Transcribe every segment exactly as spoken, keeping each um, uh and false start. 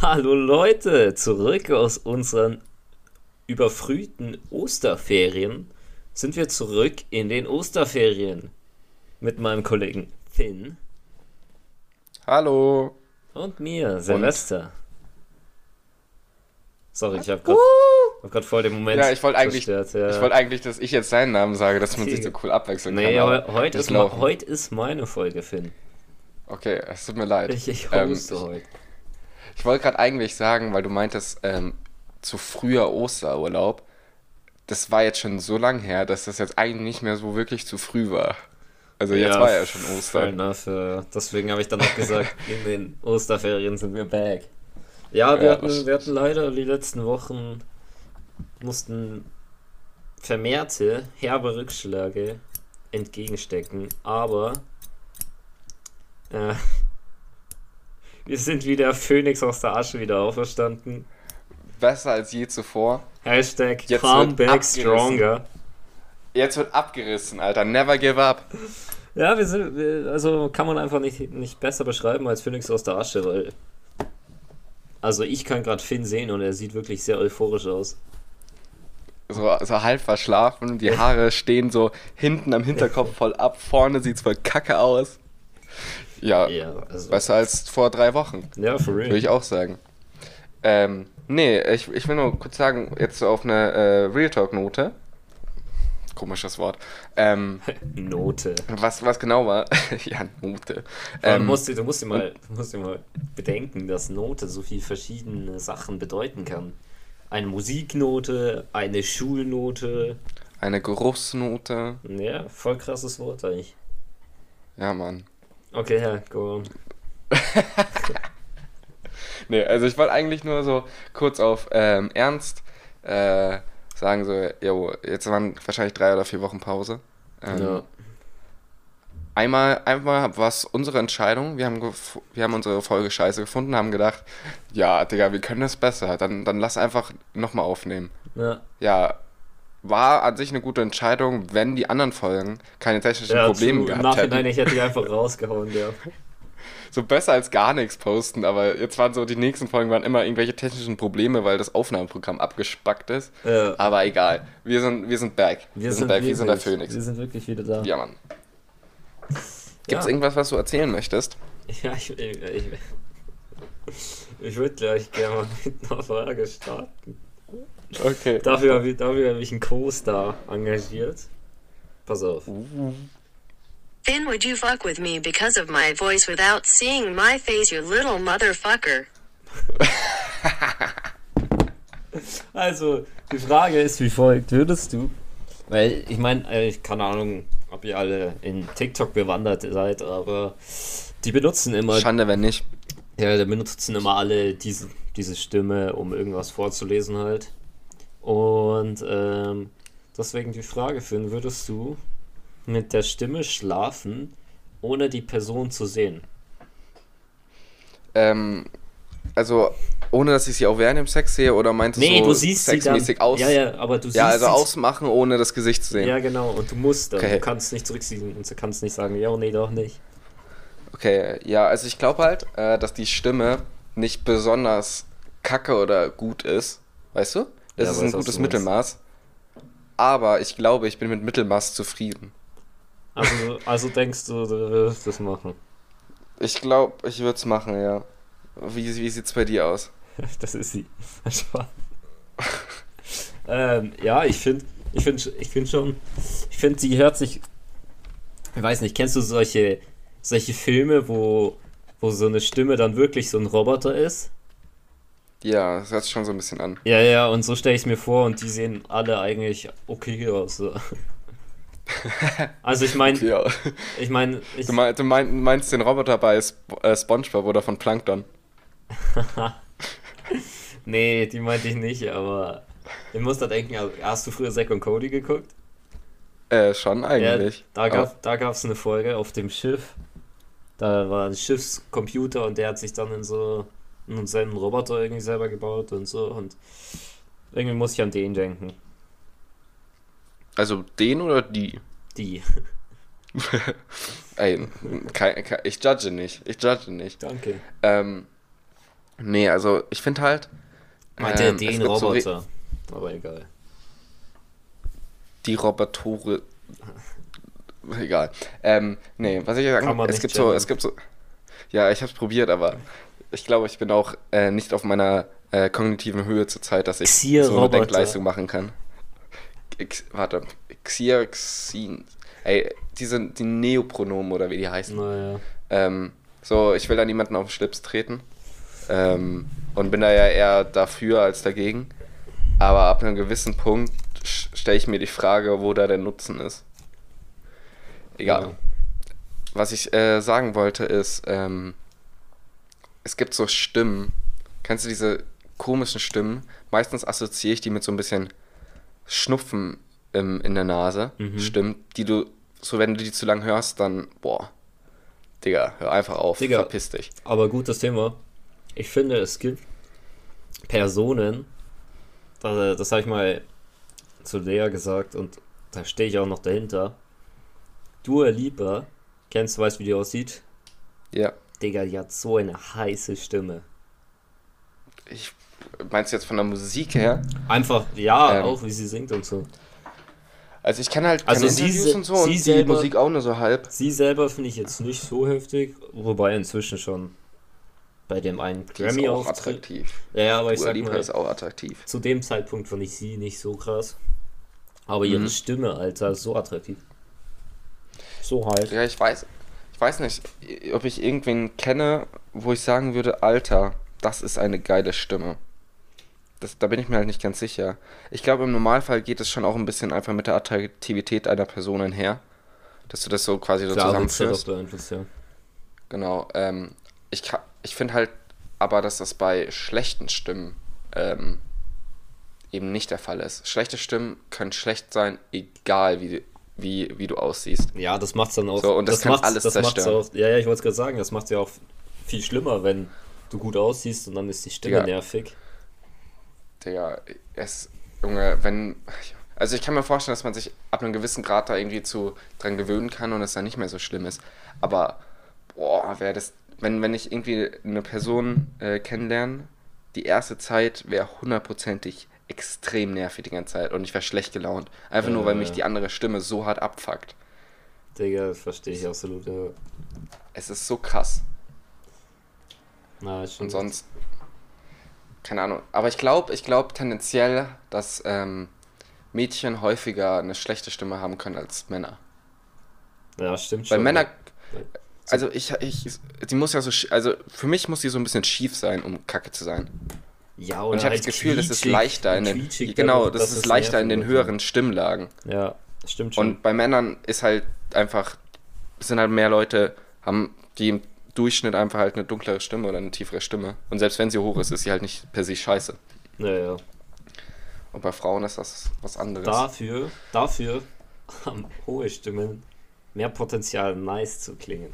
Hallo Leute, zurück aus unseren überfrühten Osterferien sind wir zurück in den Osterferien mit meinem Kollegen Finn Hallo. und mir, Und Silvester. Sorry, ich habe gerade hab grad voll den Moment ja, ich wollte eigentlich, zerstört. ich Ja. wollte eigentlich, dass ich jetzt seinen Namen sage, dass man sich so Okay. cool abwechseln kann, Nee, heu- aber heute das ist, ma- laufen. heut ist meine Folge, Finn. Okay, es tut mir leid. Ich, ich Ähm, hoste ich heute. ich wollte gerade eigentlich sagen, weil du meintest, ähm, zu früher Osterurlaub, das war jetzt schon so lang her, dass das jetzt eigentlich nicht mehr so wirklich zu früh war. Also jetzt Ja, war ja schon fair Ostern. enough. Ja. Deswegen habe ich dann auch gesagt, in den Osterferien sind wir back. Ja, wir Ja, hatten, wir hatten leider die letzten Wochen mussten vermehrte herbe Rückschläge entgegenstecken, aber äh, wir sind wie der Phönix aus der Asche wieder auferstanden. besser als je zuvor. Hashtag Jetzt wird Comeback abgerissen. Stronger. Jetzt wird abgerissen, Alter. Never give up. Ja, wir sind, wir, also kann man einfach nicht, nicht besser beschreiben als Phönix aus der Asche, weil, also ich kann gerade Finn sehen und er sieht wirklich sehr euphorisch aus. So, so halb verschlafen, die Haare stehen so hinten am Hinterkopf voll ab, vorne sieht's voll kacke aus. Ja, Ja, also, besser als vor drei Wochen, ja, for würde real. ich auch sagen. Ähm, nee, ich, ich will nur kurz sagen, jetzt so auf eine äh, Real Talk-Note, komisches Wort, ähm, Note. was, was genau war, ja, Note, Vor allem ähm, musst du, du musst dir und mal, du musst dir mal bedenken, dass Note so viel verschiedene Sachen bedeuten kann. Eine Musiknote, eine Schulnote. eine Geruchsnote, Ja, voll krasses Wort eigentlich. ja, Mann. Okay, ja, go on. Nee, also ich wollte eigentlich nur so kurz auf ähm, Ernst äh, sagen, so, jo, jetzt waren wahrscheinlich drei oder vier Wochen Pause. Ähm, Ja, einmal, einmal war es unsere Entscheidung, wir haben, gef- wir haben unsere Folge scheiße gefunden, haben gedacht, ja, Digga, wir können das besser, dann, dann lass einfach nochmal aufnehmen. ja. Ja, war an sich eine gute Entscheidung, wenn die anderen Folgen keine technischen Ja, Probleme true. Im gehabt Nachhinein, hätten. ich hätte die einfach rausgehauen, ja. So besser als gar nichts posten, aber jetzt waren so, die nächsten Folgen waren immer irgendwelche technischen Probleme, weil das Aufnahmeprogramm abgespackt ist. Ja. Aber egal. Wir sind, wir sind back. Wir Wir sind sind back, wir sind der wirklich, Phoenix. wir sind wirklich wieder da. Ja, Mann. Gibt's Ja, irgendwas, was du erzählen möchtest? ja, ich, ich, ich, ich würde gleich gerne mal mit einer Frage starten. Okay. Dafür habe ich, dafür habe ich einen Co-Star engagiert. Pass auf. Finn, would you fuck with me because of my voice without seeing my face, you little motherfucker? Also, die Frage ist wie folgt: Würdest du, weil ich meine, äh, ich keine Ahnung, ob ihr alle in TikTok bewandert seid, aber die benutzen immer, Schande, wenn nicht. ja, die benutzen immer alle diese, diese Stimme, um irgendwas vorzulesen halt. Und ähm, deswegen die Frage, Finn, würdest du mit der Stimme schlafen, ohne die Person zu sehen? Ähm, also, ohne dass ich sie auch während dem Sex sehe, oder meinst du Nee, so du siehst sie dann. sexmäßig aus? Ja, ja, aber du siehst Ja, also sie. ausmachen, ohne das Gesicht zu sehen. Ja, genau, und du musst dann. Okay. Du kannst nicht zurückziehen und du kannst nicht sagen, ja, nee, doch nicht. Okay, ja, also ich glaube halt, äh, dass die Stimme nicht besonders kacke oder gut ist. Weißt du? Das Ja, ist weiß, ein was gutes du meinst. Mittelmaß. Aber ich glaube, ich bin mit Mittelmaß zufrieden. Also, also denkst du, du wirst das machen? Ich glaube, ich würde es machen, ja. Wie, wie sieht's bei dir aus? Das ist sie. Spaß. ähm, ja, ich finde, ich finde, ich finde schon, ich finde, sie hört sich, ich weiß nicht, kennst du solche, solche Filme, wo, wo so eine Stimme dann wirklich so ein Roboter ist? Ja, das hört sich schon so ein bisschen an. Ja, ja, und so stelle ich es mir vor und die sehen alle eigentlich okay aus. So. Also ich meine, Ja. ich meine, ich, Du, mein, du mein, meinst den Roboter bei Sp äh, SpongeBob oder von Plankton? nee, die meinte ich nicht, aber ich muss da denken, also, hast du früher Zack und Cody geguckt? Äh, schon Ja, eigentlich. da Aber- gab da gab's eine Folge auf dem Schiff. Da war ein Schiffscomputer und der hat sich dann in so in seinen Roboter irgendwie selber gebaut und so und irgendwie muss ich an den denken. Also den oder die? Die. Ey, kein, kein, ich judge nicht. Ich judge nicht. Danke. Ähm, Nee, also ich finde halt. Meinte ähm, es den gibt so re- Roboter. Aber egal. die Robotore. Egal. Ähm, nee, was ich sagen Kann man es nicht gibt so, gendern. es gibt so. Ja, ich hab's probiert, aber ich glaube, ich bin auch äh, nicht auf meiner äh, kognitiven Höhe zur Zeit, dass ich so eine Xier-Roboter. Denkleistung machen kann. X, warte, Xier, Xin. Ey, diese, die Neopronomen oder wie die heißen. Naja. Ähm, so, ich will da niemanden auf den Schlips treten. Ähm, und bin da ja eher dafür als dagegen. Aber ab einem gewissen Punkt stelle ich mir die Frage, wo da der Nutzen ist. Egal. Ja. Was ich äh, sagen wollte ist, ähm, es gibt so Stimmen. Kennst du diese komischen Stimmen? Meistens assoziiere ich die mit so ein bisschen Schnupfen im, in der Nase. Mhm. Stimmen, die du, so wenn du die zu lang hörst, dann, boah, Digga, hör einfach auf, Digga. verpiss dich. Aber gutes Thema. Ich finde, es gibt Personen, das, das habe ich mal zu Lea gesagt und da stehe ich auch noch dahinter. Dua Lipa, kennst du, weißt, wie die aussieht? Ja. Digga, die hat so eine heiße Stimme. Ich, meinst du jetzt von der Musik her? Einfach, ja, Ähm. auch wie sie singt und so. Also ich kenne halt Also keine sie Interviews se- und so sie und die selber- Musik auch nur so halb. Sie selber finde ich jetzt nicht so heftig, wobei inzwischen schon bei dem einen Die ist Grammy auch auftritt. attraktiv. Ja, ja, aber ich Dua sag Lipa mal, ist auch attraktiv. zu dem Zeitpunkt fand ich sie nicht so krass. Aber ihre Mhm. Stimme, Alter, ist so attraktiv. So halt. Ja, ich weiß, ich weiß nicht, ob ich irgendwen kenne, wo ich sagen würde, Alter, das ist eine geile Stimme. Das, da bin ich mir halt nicht ganz sicher. Ich glaube, im Normalfall geht es schon auch ein bisschen einfach mit der Attraktivität einer Person einher. Dass du das so quasi so Klar, wird's ja doch zusammenführst. beeinflusst, ja. Genau. Ähm, ich ka- ich finde halt aber, dass das bei schlechten Stimmen ähm, eben nicht der Fall ist. Schlechte Stimmen können schlecht sein, egal wie, wie, wie du aussiehst. Ja, das macht's dann auch. So, und das kann macht's- alles das macht's zerstören. auch. Ja, ja, ich wollte es gerade sagen, das macht's ja auch viel schlimmer, wenn du gut aussiehst und dann ist die Stimme Ja. nervig. Digga, es, Junge, wenn, also ich kann mir vorstellen, dass man sich ab einem gewissen Grad da irgendwie zu dran gewöhnen kann und es dann nicht mehr so schlimm ist. Aber, boah, wäre das, wenn, wenn ich irgendwie eine Person äh, kennenlerne, die erste Zeit wäre hundertprozentig extrem nervig die ganze Zeit und ich wäre schlecht gelaunt. Einfach nur, weil Ja, mich ja. die andere Stimme so hart abfuckt. Digga, das verstehe ich absolut. Ja. Es ist so krass. Na, ist schon Und sonst, keine Ahnung. Aber ich glaube, ich glaube tendenziell, dass ähm, Mädchen häufiger eine schlechte Stimme haben können als Männer. Ja, stimmt Weil schon. Männer, Ja. also ich, ich, die muss ja so, sch- also für mich muss die so ein bisschen schief sein, um kacke zu sein. Ja, Und ich habe das Gefühl, das ist leichter in den, quietschig, genau, dadurch, das dass ist es leichter in den nervig wird. höheren Stimmlagen. Ja, stimmt schon. Und bei Männern ist halt einfach, es sind halt mehr Leute, haben die im Durchschnitt einfach halt eine dunklere Stimme oder eine tiefere Stimme. Und selbst wenn sie hoch ist, ist sie halt nicht per se scheiße. ja, ja. Und bei Frauen ist das was anderes. Dafür, dafür haben hohe Stimmen mehr Potenzial, nice zu klingen.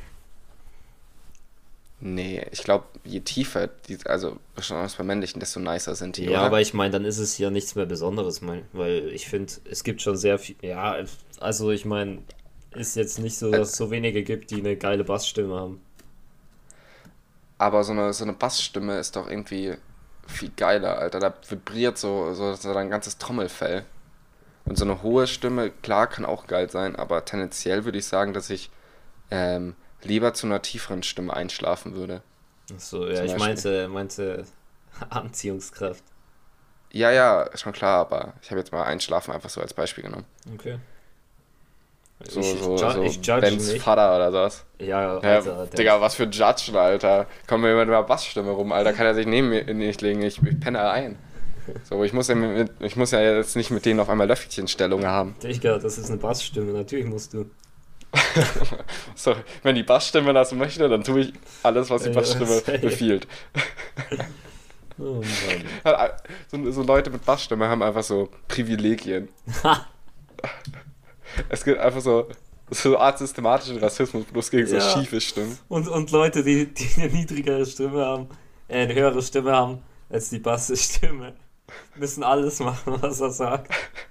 Nee, ich glaube, je tiefer, die, also besonders bei männlichen, desto nicer sind die, Ja, oder? aber ich meine, dann ist es ja nichts mehr Besonderes, mein, weil ich finde, es gibt schon sehr viel. Ja, also ich meine, ist jetzt nicht so, dass es so wenige gibt, die eine geile Bassstimme haben. Aber so eine, so eine Bassstimme ist doch irgendwie viel geiler, Alter. Da vibriert so, so, so dein ganzes Trommelfell. Und so eine hohe Stimme, klar, kann auch geil sein, aber tendenziell würde ich sagen, dass ich ähm, lieber zu einer tieferen Stimme einschlafen würde. Achso, ja, Zum ich Beispiel. meinte, meinte Anziehungskraft. Ja, ja, ist schon klar, aber ich habe jetzt mal Einschlafen einfach so als Beispiel genommen. Okay. So, ich, ich, so, ju- so ich judge Bens nicht. Vater oder sowas. Ja, Ja, Alter, der- Digga, was für ein Judge, Alter. Kommt mir jemand mit einer Bassstimme rum, Alter, kann er sich neben mir nicht legen, ich, ich penne ein. So, ich muss, ja mit, ich muss ja jetzt nicht mit denen auf einmal Löffelchenstellungen haben. Digga, das ist eine Bassstimme, natürlich musst du. So, wenn die Bassstimme das möchte, dann tue ich alles, was die Ja, Bassstimme safe. befiehlt. Oh Mann. So, so Leute mit Bassstimme haben einfach so Privilegien. Es gibt einfach so, so eine Art systematischen Rassismus, bloß gegen so Ja. schiefe Stimmen. Und, und Leute, die, die eine niedrigere Stimme haben, äh, eine höhere Stimme haben als die Bassstimme, müssen alles machen, was er sagt.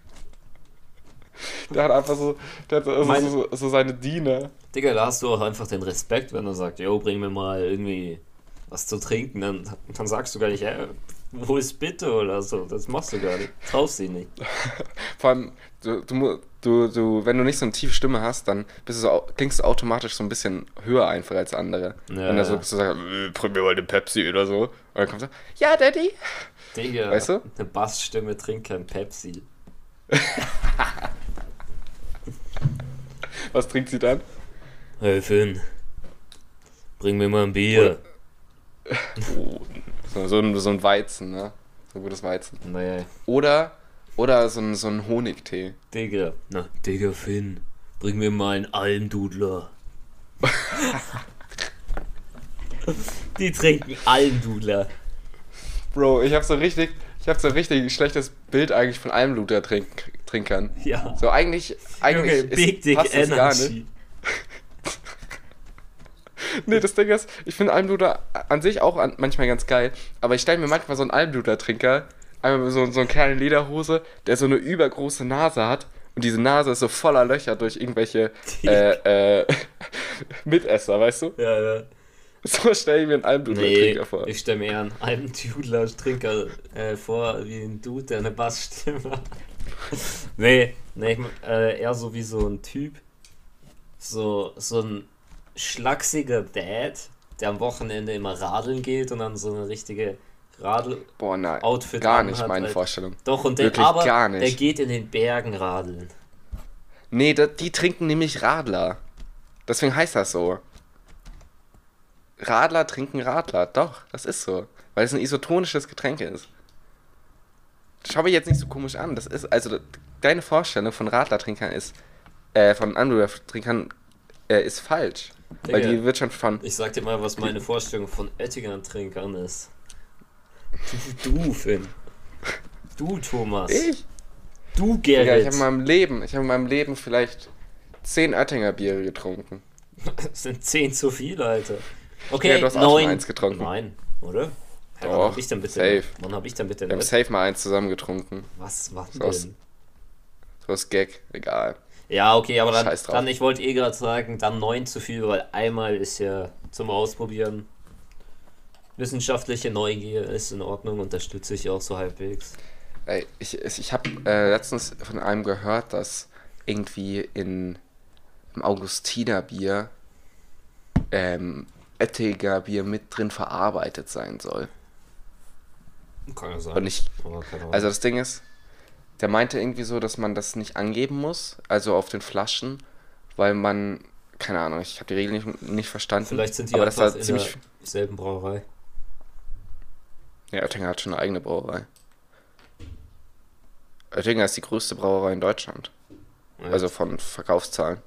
Der hat einfach so, der hat so, Meine- so, so seine Diener. Digga, da hast du auch einfach den Respekt, wenn er sagt, yo, bring mir mal irgendwie was zu trinken, dann, dann sagst du gar nicht, ey, wo ist bitte oder so. Das machst du gar nicht. Traust dich nicht. Vor allem, du, du, mu- du, du, wenn du nicht so eine tiefe Stimme hast, dann bist du so, au- klingst du automatisch so ein bisschen höher einfach als andere. Ja, Wenn er so ja. bist du sagst, äh, bring mir mal eine Pepsi oder so. Und dann kommt er, ja, Daddy. Digga, Weißt du? eine Bassstimme trinkt kein Pepsi. Was trinkt sie dann? Hey Finn, bring mir mal ein Bier. Oh, so, so, ein, so ein Weizen, ne? So ein gutes Weizen. Nee, Oder, oder so ein, so ein Honigtee. Digga. Na, Digga Finn, bring mir mal einen Almdudler. Die trinken Almdudler. Bro, ich hab so richtig, ich hab so richtig ein schlechtes Bild eigentlich von Almdudler-Trinkern. Ja. So eigentlich, eigentlich Junge, Big ist, Dick passt das gar nicht. Energy. Nee, das Ding ist, ich finde Almdudler an sich auch an, manchmal ganz geil, aber ich stelle mir manchmal so einen Almdudler-Trinker, einmal so, so einen Kerl in Lederhose, der so eine übergroße Nase hat und diese Nase ist so voller Löcher durch irgendwelche äh, äh, Mitesser, weißt du? Ja, ja. So stelle ich mir einen Nee, Almdudler-Trinker vor. ich stelle mir eher einen Almdudler-Trinker äh, vor, wie ein Dude, der eine Bassstimme hat. Nee, nee, ich, äh, eher so wie so ein Typ, so, so ein schlachsiger Dad, der am Wochenende immer radeln geht und dann so eine richtige Radl-Outfit Boah, nein, gar nicht anhat, meine Alter. Vorstellung. Doch, und der, Wirklich aber gar nicht. der geht in den Bergen radeln. Nee, da, die trinken nämlich Radler. Deswegen heißt das so. Radler trinken Radler. Doch, das ist so. Weil es ein isotonisches Getränk ist. Schau mich jetzt nicht so komisch an. Das ist, also, deine Vorstellung von Radlertrinkern ist, äh, von Almdudler-Trinkern, äh, ist falsch. Weil Digga, die wird schon von, Ich sag dir mal, was meine Vorstellung von Oettinger-Trinkern ist. Du, du, Finn. Du, Thomas. ich? Du, Ja, Gerrit. ich habe in meinem Leben, ich habe in meinem Leben vielleicht zehn Oettinger Biere getrunken. Das sind zehn zu viel, Alter. Okay, Ja, du hast auch schon neun. eins getrunken. Nein, oder? Hä, wann Doch, hab ich denn bitte? safe. Wann hab ich denn bitte? Wir haben Nicht? safe mal eins zusammen getrunken. Was war So aus- denn? So ist Gag, egal. Ja, okay, aber dann, Scheiß drauf. dann ich wollte eh gerade sagen, dann neun zu viel, weil einmal ist ja zum Ausprobieren. Wissenschaftliche Neugier ist in Ordnung, unterstütze ich auch so halbwegs. Ey, ich ich, ich habe äh, letztens von einem gehört, dass irgendwie in, im Augustinerbier ähm, Oettinger Bier mit drin verarbeitet sein soll. Kann ja sein. Und ich, Aber keine Ahnung. also das Ding ist, der meinte irgendwie so, dass man das nicht angeben muss, also auf den Flaschen, weil man, keine Ahnung, ich habe die Regel nicht, nicht verstanden. Vielleicht sind die aber das einfach war in ziemlich. derselben Brauerei. Ja, Oettinger hat schon eine eigene Brauerei. Oettinger ist die größte Brauerei in Deutschland. Ja. Also von Verkaufszahlen.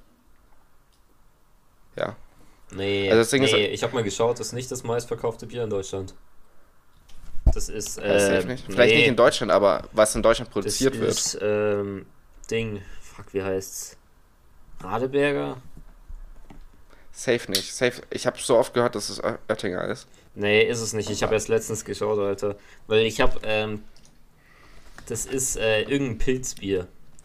Ja. Nee, Also das Ding ist- nee ich habe mal geschaut, das ist nicht das meistverkaufte Bier in Deutschland. Das ist, Ja, äh, safe nicht. Vielleicht nee, nicht in Deutschland, aber was in Deutschland das produziert wird. ist, ähm, Ding, fuck, wie heißt's? Radeberger? Safe nicht. Safe. Ich habe so oft gehört, dass es Ö- Oettinger ist. Nee, ist es nicht. Ich habe erst letztens geschaut, Alter. Weil ich habe, ähm, das ist äh, irgendein Pilzbier.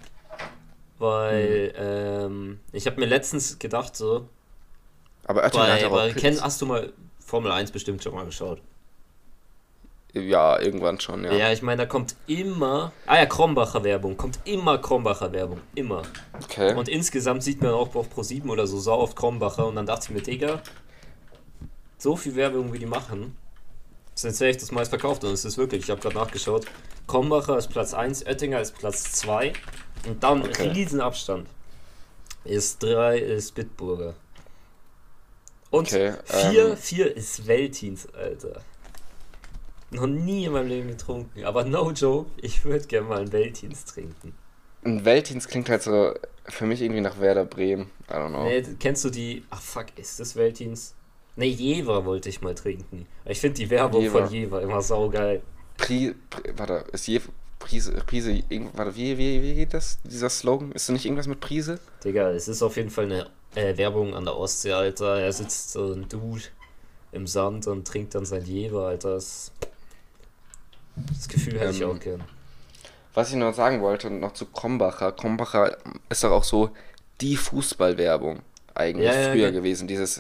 Weil, ähm, ich habe mir letztens gedacht so, Aber Oettinger hat bei, ja bei, auch kenn, Pilz. hast du mal Formel eins bestimmt schon mal geschaut? Ja, irgendwann schon, ja. Ja, ich meine, da kommt immer, ah ja, Krombacher Werbung, kommt immer Krombacher Werbung, immer. Okay. Und insgesamt sieht man auch auf ProSieben oder so sau oft Krombacher und dann dachte ich mir, Digga, so viel Werbung wie die machen, sind safe das meistverkauft und es ist wirklich, ich habe gerade nachgeschaut, Krombacher ist Platz eins, Oettinger ist Platz zwei und dann Okay. riesen Abstand ist drei ist Bitburger. Und Okay, vier ähm. vier ist Veltins, Alter. Noch nie in meinem Leben getrunken, aber no joke, ich würde gerne mal einen Veltins trinken. Ein Veltins klingt halt so für mich irgendwie nach Werder Bremen. I don't know. Nee, kennst du die, ach fuck, ist das Veltins? Ne, Jever wollte ich mal trinken. Ich finde die Werbung Jever. von Jever immer saugeil. Pri, Pri, warte, ist je Prise, Prise, irgend- warte, wie, wie, wie geht das? Dieser Slogan? Ist da nicht irgendwas mit Prise? Digga, es ist auf jeden Fall eine äh, Werbung an der Ostsee, Alter. Er sitzt so ein Dude im Sand und trinkt dann sein Jever, Alter. Das, das Gefühl hätte ich Ähm, auch gern. Was ich noch sagen wollte, noch zu Krombacher. Krombacher ist doch auch so die Fußballwerbung eigentlich Ja, ja, früher ge- gewesen. Dieses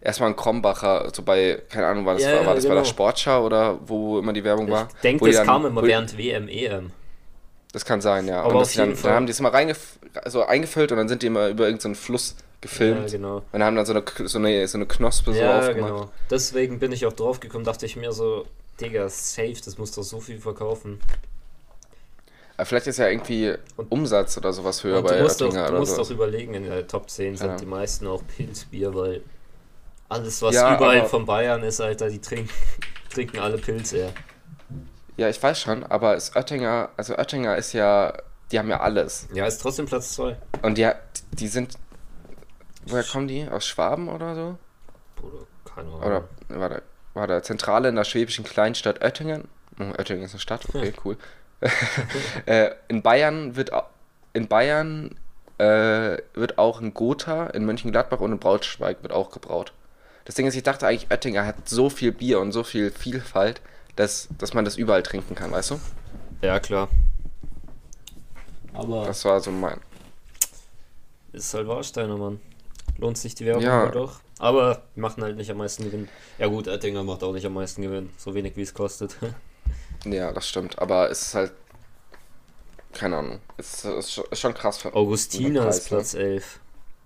erstmal in Krombacher, so bei, keine Ahnung, war das, Ja, war, ja, war das bei der genau. Sportschau oder wo immer die Werbung war? Ich denke, Wo die das dann- kam immer wo die- während W M, E M. Das kann sein, ja. Aber und auf das die dann, jeden Fall- dann haben die es immer reingef so eingefüllt und dann sind die immer über irgendeinen Fluss gefilmt. Ja, genau. Und haben dann so eine, so eine, so eine Knospe so Ja, aufgemacht. genau. Deswegen bin ich auch drauf gekommen, dachte ich mir so, Digga, safe, das muss doch so viel verkaufen. Aber vielleicht ist ja irgendwie Und- Umsatz oder sowas höher Und bei du musst, doch, Oettinger du oder musst so. doch überlegen, in der Top zehn sind Ja. die meisten auch Pilzbier, weil alles, was Ja, überall aber- von Bayern ist, Alter, die trinken, trinken alle Pilze, ja. Ja, ich weiß schon, aber ist Oettinger, also Oettinger ist ja, die haben ja alles. Ja, ist trotzdem Platz zwei. Und die, die sind, woher kommen die? Aus Schwaben oder so? Bruder, keine Ahnung. Oder war der, war der Zentrale in der schwäbischen Kleinstadt Oettingen? Hm, Oettingen ist eine Stadt, okay, cool. äh, in Bayern wird au- in Bayern äh, wird auch in Gotha, in Mönchengladbach und in Braunschweig wird auch gebraut. Das Ding ist, ich dachte eigentlich, Oettinger hat so viel Bier und so viel Vielfalt, dass, dass man das überall trinken kann, weißt du? Ja, klar. Aber Das war so mein. ist halt Warsteiner, Mann. Lohnt sich die Werbung Ja. halt doch. Aber die machen halt nicht am meisten Gewinn. Ja gut, Oettinger macht auch nicht am meisten Gewinn. So wenig wie es kostet. Ja, das stimmt. Aber es ist halt. Keine Ahnung. Es ist, ist schon- ist schon krass. Für Augustiner Preis, ist Platz elf.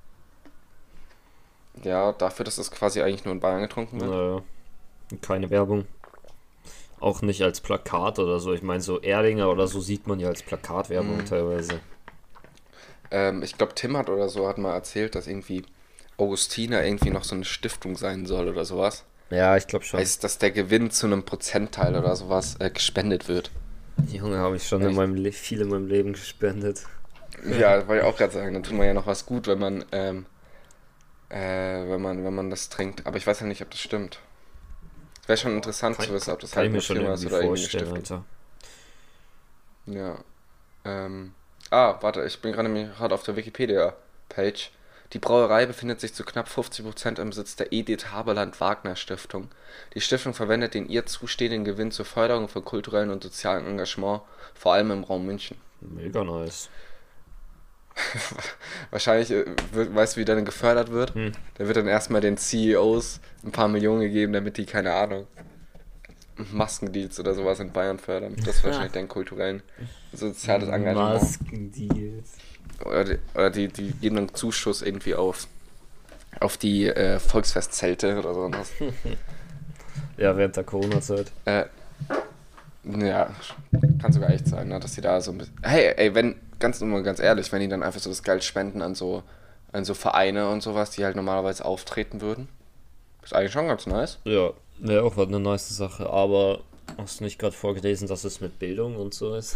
Ne? Ja, dafür, dass es quasi eigentlich nur in Bayern getrunken wird. Naja. Keine Werbung. Auch nicht als Plakat oder so. Ich meine, so Erdinger oder so sieht man ja als Plakatwerbung Mhm. teilweise. Ähm, ich glaube, Tim hat oder so hat mal erzählt, dass irgendwie Augustiner irgendwie noch so eine Stiftung sein soll oder sowas. Ja, ich glaube schon. Heißt, dass der Gewinn zu einem Prozentteil oder sowas äh, gespendet wird. Junge, habe ich schon in Echt? meinem Le viel in meinem Leben gespendet. Ja, wollte ich auch gerade sagen. Dann tut man ja noch was gut, wenn man, ähm, äh, wenn man, wenn man das trinkt. Aber ich weiß ja nicht, ob das stimmt. Wäre schon interessant Kann- zu wissen, ob das Kann halt ich mir eine schon Firma ist irgendwie oder irgendwie eine vorstellen, Stiftung. Alter. Ja. Ähm. Ah, warte, ich bin gerade nämlich gerade auf der Wikipedia-Page. Die Brauerei befindet sich zu knapp fünfzig Prozent im Besitz der Edith Haberland Wagner Stiftung. Die Stiftung verwendet den ihr zustehenden Gewinn zur Förderung von kulturellen und sozialen Engagement, vor allem im Raum München. Mega nice. Wahrscheinlich, äh, wird, weißt du, wie dann gefördert wird? Hm. Da wird dann erstmal den C E Os ein paar Millionen gegeben, damit die, keine Ahnung, Maskendeals oder sowas in Bayern fördern. Das ist wahrscheinlich dein kulturellen, soziales Engagement. Maskendeals. Oder, die, oder die, die geben dann Zuschuss irgendwie auf, auf die äh, Volksfestzelte oder sowas. Ja, während der Corona-Zeit. äh, ja, kann sogar echt sein, ne, dass die da so ein bisschen. Hey, ey, wenn, ganz nur mal ganz ehrlich, wenn die dann einfach so das Geld spenden an so, an so Vereine und sowas, die halt normalerweise auftreten würden, ist eigentlich schon ganz nice. Ja, wäre auch eine nice Sache. Aber hast du nicht gerade vorgelesen, dass es mit Bildung und so ist?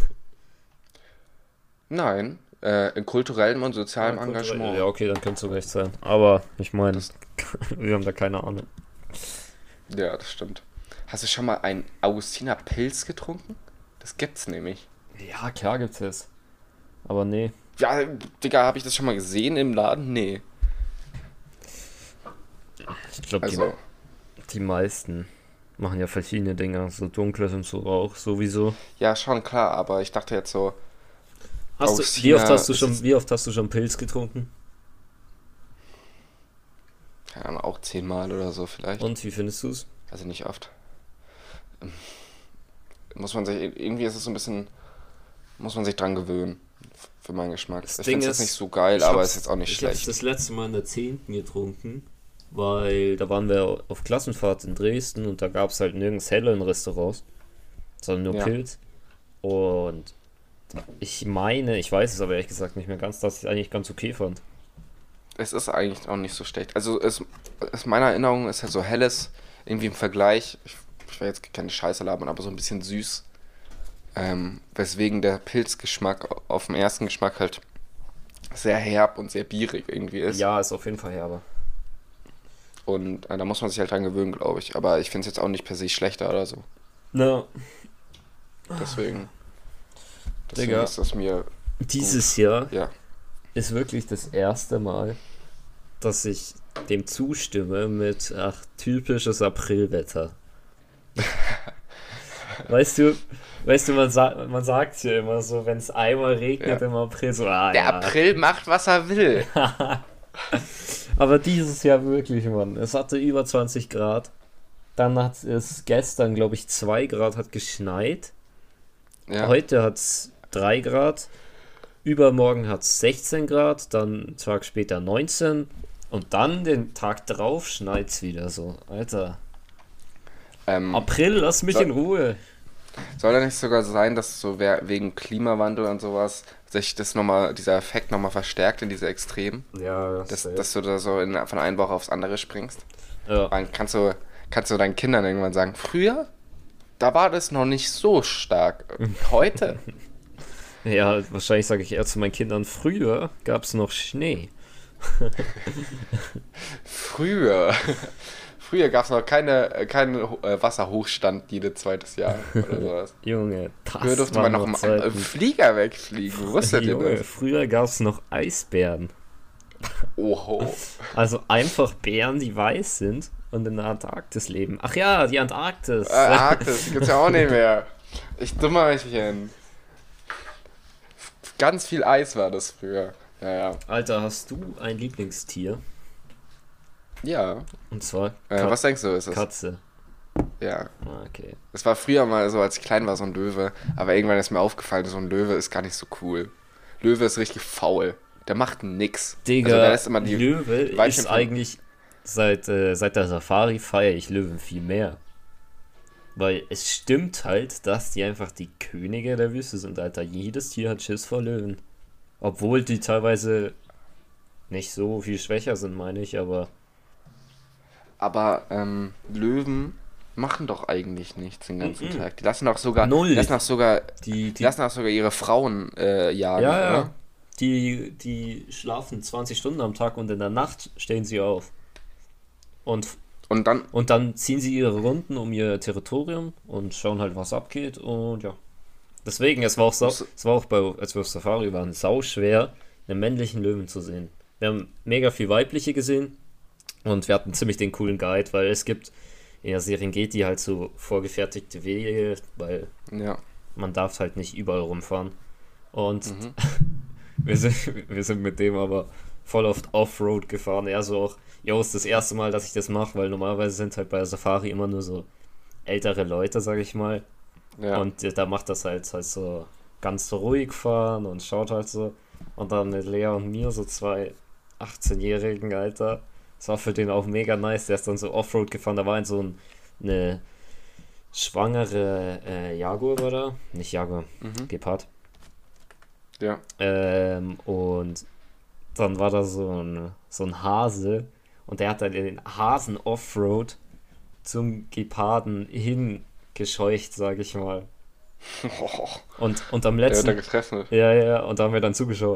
Nein, äh, in kulturellem und sozialem Ja, kulturell- Engagement. Ja, okay, dann könnte es so recht sein. Aber ich meine, wir haben da keine Ahnung. Ja, das stimmt. Hast du schon mal einen Augustiner Pilz getrunken? Das gibt's nämlich. Ja, klar gibt's es. Aber nee. Ja, Digga, habe ich das schon mal gesehen im Laden? Nee. Ich glaube, Also, die, die meisten machen ja verschiedene Dinge. So dunkles und so auch sowieso. ja, schon klar, aber ich dachte jetzt so, Hast du, Augustiner wie, oft hast du ist schon, es- wie oft hast du schon Pilz getrunken? keine Ahnung, auch zehnmal oder so vielleicht. Und wie findest du es? Also nicht oft. Ähm, Muss man sich, irgendwie ist es so ein bisschen, muss man sich dran gewöhnen, f- für meinen Geschmack. Das ich Ding finde es ist, jetzt nicht so geil, Ich aber hab's- ist jetzt auch nicht ich schlecht. hab's das letzte Mal in der zehnten getrunken, weil da waren wir auf Klassenfahrt in Dresden und da gab es halt nirgends helle in Restaurants, sondern nur Ja. Pilz. Und ich meine, ich weiß es aber ehrlich gesagt nicht mehr ganz, dass ich es eigentlich ganz okay fand. Es ist eigentlich auch nicht so schlecht. Also es, es meiner Erinnerung ist ja so helles, irgendwie im Vergleich, ich, ich will jetzt keine Scheiße labern, aber so ein bisschen süß. Ähm, weswegen der Pilzgeschmack auf den ersten Geschmack halt sehr herb und sehr bierig irgendwie ist. Ja, ist auf jeden Fall herber. Und äh, da muss man sich halt dran gewöhnen, glaube ich. Aber ich finde es jetzt auch nicht per se schlechter oder so. No. Deswegen. Deswegen Digga. ist das mir, Dieses Jahr ja. ist wirklich das erste Mal, dass ich dem zustimme mit, ach, typisches Aprilwetter. Weißt du, weißt du, man, sa man sagt ja immer so, wenn es einmal regnet Ja. im April, so, ah Der ja. April macht, was er will. Aber dieses Jahr wirklich, Mann. Es hatte über zwanzig Grad. Dann hat es gestern, glaube ich, zwei Grad hat geschneit. Ja. Heute hat es drei Grad. Übermorgen hat es sechzehn Grad. Dann einen Tag später neunzehn. Und dann den Tag drauf schneit es wieder so. Alter. Ähm, April, lass mich so- in Ruhe. Soll ja nicht sogar sein, dass so wer- wegen Klimawandel und sowas sich das nochmal, dieser Effekt nochmal verstärkt in diese Extremen? Ja, Dass, dass du da so in, von einer Woche aufs andere springst? ja. Dann kannst du, kannst du deinen Kindern irgendwann sagen, früher, da war das noch nicht so stark. Heute? ja, wahrscheinlich sage ich eher zu meinen Kindern, früher gab es noch Schnee. Früher. Früher gab es noch keine, keinen äh, Wasserhochstand jedes zweites Jahr oder sowas. Junge, das Früher durfte waren man noch noch im, im Zeiten. Flieger wegfliegen. Wusstet ihr Junge, das? früher gab es noch Eisbären. Oho. Also einfach Bären, die weiß sind und in der Antarktis leben. Ach ja, die Antarktis. Äh, Arktis gibt's ja auch nicht mehr. Ich Dummerchen. Ganz viel Eis war das früher. Ja, ja. Alter, hast du ein Lieblingstier? Ja. Und zwar Äh, Kat- was denkst du, ist es? Katze. Ja. Ah, okay. Es war früher mal so, als ich klein war, so ein Löwe. Aber irgendwann ist mir aufgefallen, so ein Löwe ist gar nicht so cool. Löwe ist richtig faul. Der macht nix. Digga, also der lässt immer die Löwe die Weibchen ist von- eigentlich, seit, äh, seit der Safari feiere ich Löwen viel mehr. Weil es stimmt halt, dass die einfach die Könige der Wüste sind, Alter. Jedes Tier hat Schiss vor Löwen. Obwohl die teilweise nicht so viel schwächer sind, meine ich, aber Aber ähm, Löwen machen doch eigentlich nichts den ganzen Mhm. Tag. Die lassen auch sogar, Null. die lassen auch sogar, die, die die, lassen auch sogar ihre Frauen äh, jagen, ja, ja, oder? die, die schlafen zwanzig Stunden am Tag und in der Nacht stehen sie auf. Und Und dann, Und dann ziehen sie ihre Runden um ihr Territorium und schauen halt, was abgeht. Und ja. Deswegen, es war auch, sau, Muss- es war auch bei, als wir auf Safari waren, sau schwer, einen männlichen Löwen zu sehen. Wir haben mega viel weibliche gesehen und wir hatten ziemlich den coolen Guide, weil es gibt in der Serengeti halt so vorgefertigte Wege, weil ja. man darf halt nicht überall rumfahren. Und Mhm. wir, sind, wir sind mit dem aber voll oft Offroad gefahren. Er so auch, jo, ist das erste Mal, dass ich das mache, weil normalerweise sind halt bei der Safari immer nur so ältere Leute, sag ich mal. Ja. Und äh, da macht das halt halt so ganz ruhig fahren und schaut halt so. Und dann mit Lea und mir, so zwei achtzehn-Jährigen, Alter. Das war für den auch mega nice. Der ist dann so Offroad gefahren. Da war ein so ein, eine schwangere äh, Jaguar, war da? Nicht Jaguar, Mhm. Gepard. Ja. Ähm, und dann war da so ein, so ein Hase und der hat dann in den Hasen Offroad zum Geparden hingescheucht, sag ich mal. Oh, Und, und am der wird da letzten. getroffen. Ja, ja, und da haben wir dann zugeschaut.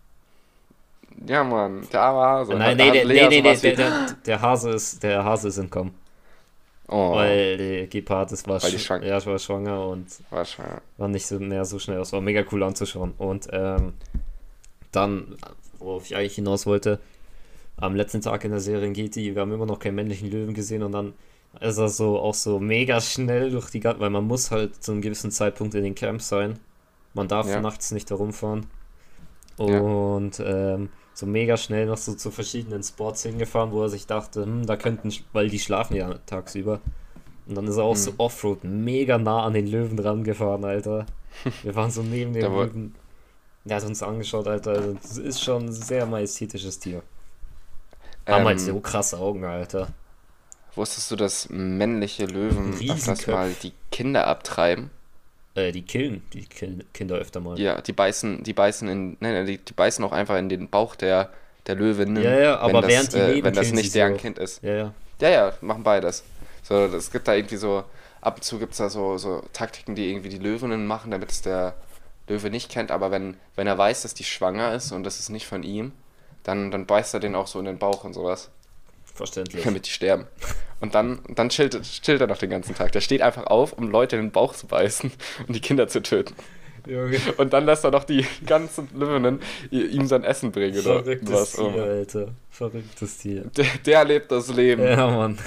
Ja, Mann, der arme Hase. Nein, Hat- nee, hat der, Lea nee, nee, nee, sowas wie- der, der, der Hase ist, der Hase ist entkommen. Oh, Weil der Gepard ist, war, Weil die sch- schwang- ja, war schwanger und war schwer. war nicht so mehr so schnell. Es war mega cool anzuschauen. Und ähm, dann, worauf ich eigentlich hinaus wollte, am letzten Tag in der Serengeti, wir haben immer noch keinen männlichen Löwen gesehen und dann ist er so auch so mega schnell durch die Garten, weil man muss halt zu einem gewissen Zeitpunkt in den Camps sein. Man darf Ja. nachts nicht herumfahren. Ja. Und ähm, so mega schnell noch so zu verschiedenen Spots hingefahren, wo er sich dachte, hm, da könnten, sch- weil die schlafen ja tagsüber. Und dann ist er auch so Mhm. Offroad mega nah an den Löwen rangefahren, Alter. Wir waren so neben dem Der woll- Löwen. Der hat uns angeschaut, Alter. Also, das ist schon ein sehr majestätisches Tier. Haben halt Ähm, so krasse Augen, Alter. Wusstest du, dass männliche Löwen öfters Riesenköpfe. mal die Kinder abtreiben? Äh, die killen die Kill Kinder öfter mal. Ja, die beißen, die beißen in, nein, nein, die, die beißen auch einfach in den Bauch der, der Löwin, Ja, ja, aber wenn das, während die äh, leben, wenn das killen sie nicht sie deren auch. Kind ist. Ja, ja. Ja, ja, machen beides. So, es gibt da irgendwie so, ab und zu gibt es da so, so Taktiken, die irgendwie die Löwinnen machen, damit es der Löwe nicht kennt, aber wenn, wenn er weiß, dass die schwanger ist und das ist nicht von ihm, dann, dann beißt er den auch so in den Bauch und sowas, Verständlich. damit die sterben. Und dann, dann chillt, chillt er noch den ganzen Tag. Der steht einfach auf, um Leute in den Bauch zu beißen und die Kinder zu töten. Junge. Und dann lässt er noch die ganzen Löwinnen i- ihm sein Essen bringen oder Verrücktes was. Tier, Oh. Alter. Verrücktes Tier. Der, der lebt das Leben. Ja, Mann.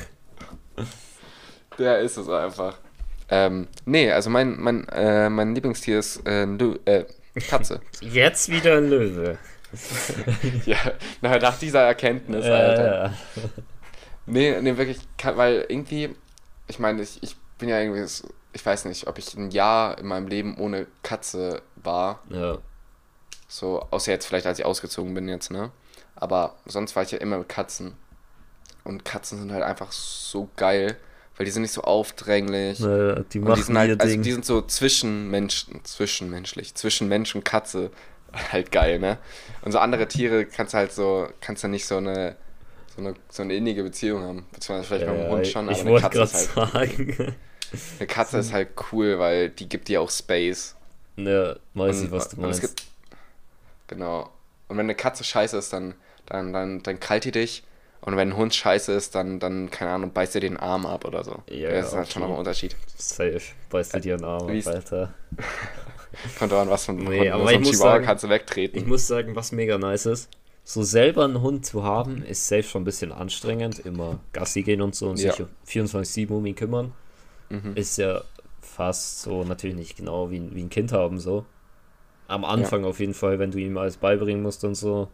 Der ist es einfach. Ähm, nee, also mein, mein, äh, mein Lieblingstier ist äh, ein Lö äh, Katze. Jetzt wieder ein Löwe. Ja, na, nach dieser Erkenntnis, Ja, Alter. ja. Nee, nee, wirklich, kann- weil irgendwie, ich meine, ich, ich bin ja irgendwie, so- ich weiß nicht, ob ich ein Jahr in meinem Leben ohne Katze war. Ja, So, außer jetzt vielleicht, als ich ausgezogen bin jetzt, ne? Aber sonst war ich ja immer mit Katzen. Und Katzen sind halt einfach so geil, weil die sind nicht so aufdränglich. ja, die Und die machen sind ihr halt, also Ding. die sind so zwischenmenschen, zwischenmenschlich, zwischen Mensch und Katze halt geil, ne? Und so andere Tiere kannst du halt so, kannst du nicht so eine, so eine, so eine innige Beziehung haben. Beziehungsweise vielleicht mit einem Ja, Hund schon, aber ich eine wollte Katze gerade ist halt, sagen. eine Katze ist halt cool, weil die gibt dir auch Space. Ja, weiß ich, Und, was du und es meinst. gibt, genau. Und wenn eine Katze scheiße ist, dann, dann, dann, dann krallt die dich. Und wenn ein Hund scheiße ist, dann, dann, keine Ahnung, beißt dir den Arm ab oder so. Ja, das ist halt schon okay. noch ein Unterschied. Safe. Beißt du dir einen Arm wie ab, ist- Alter. Kommt drauf an, was für ein Nee, Hund. aber so ich ein muss Chihuahua sagen- kannst du wegtreten. Ich muss sagen, was mega nice ist, so selber einen Hund zu haben, ist safe schon ein bisschen anstrengend. Immer Gassi gehen und so und Ja. sich vierundzwanzig sieben um ihn kümmern. Mhm. Ist ja fast so, natürlich nicht genau wie, ein- wie ein Kind haben, so. Am Anfang auf jeden Fall, wenn du ihm alles beibringen musst und so.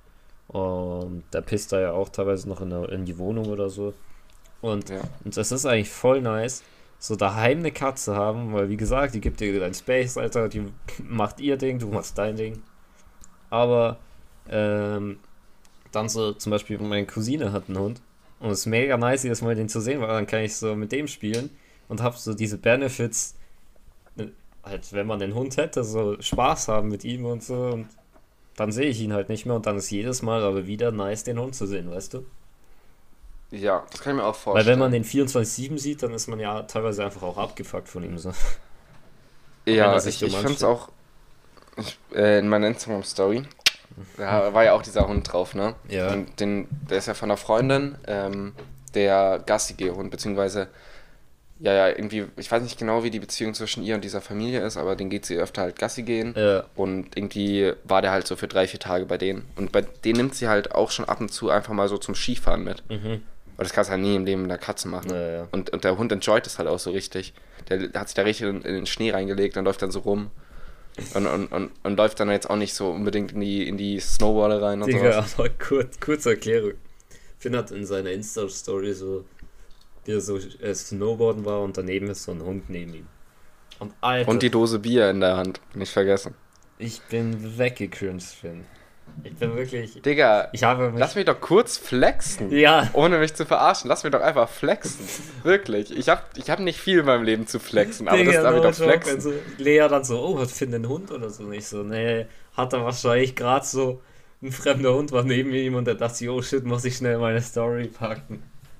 Und der pisst da ja auch teilweise noch in, der, in die Wohnung oder so. Und, Ja. und das ist eigentlich voll nice, so daheim eine Katze haben, weil wie gesagt, die gibt dir dein Space, Alter, die macht ihr Ding, du machst dein Ding. Aber ähm, dann so, zum Beispiel meine Cousine hat einen Hund und es ist mega nice, jedes Mal den zu sehen, weil dann kann ich so mit dem spielen und hab so diese Benefits, äh, halt wenn man den Hund hätte, so Spaß haben mit ihm und so und dann sehe ich ihn halt nicht mehr und dann ist jedes Mal aber wieder nice, den Hund zu sehen, weißt du? Ja, das kann ich mir auch Weil vorstellen. wenn man den vierundzwanzig sieben sieht, dann ist man ja teilweise einfach auch abgefuckt von ihm so. wenn Ja, er sich ich, dumm ich finde es anstellt. auch ich, äh, in meiner Instagram-Story, da war ja auch dieser Hund drauf, ne? Ja. Und den, der ist ja von einer Freundin, ähm, der Gassi-Geh-Hund, beziehungsweise, ja, ja, irgendwie, ich weiß nicht genau, wie die Beziehung zwischen ihr und dieser Familie ist, aber den geht sie öfter halt Gassi gehen. Ja. Und irgendwie war der halt so für drei, vier Tage bei denen. Und bei denen nimmt sie halt auch schon ab und zu einfach mal so zum Skifahren mit. Mhm. Aber das kannst du halt nie im Leben mit einer Katze machen. Ja, ja. Und, und der Hund enjoyt es halt auch so richtig. Der, der hat sich da richtig in, in den Schnee reingelegt und läuft dann so rum. Und, und, und, und läuft dann jetzt auch nicht so unbedingt in die, in die Snowboarder rein und Digga, sowas. aber kurz, kurze Erklärung. Finn hat in seiner Insta-Story so, wie er so äh, Snowboarden war und daneben ist so ein Hund neben ihm. Und Alter, Und die Dose Bier in der Hand, nicht vergessen. ich bin weggecringed, Finn. Ich bin wirklich, Digga, ich habe mich, lass mich doch kurz flexen. ja, Ohne mich zu verarschen, lass mich doch einfach flexen. Wirklich. Ich hab, ich hab nicht viel in meinem Leben zu flexen, aber das darf ich no doch joke. flexen. Also, Lea dann so, oh, hat Finn einen Hund oder so? Nicht so, nee, hat er wahrscheinlich gerade so, ein fremder Hund war neben ihm und er dachte sich, oh shit, muss ich schnell meine Story packen.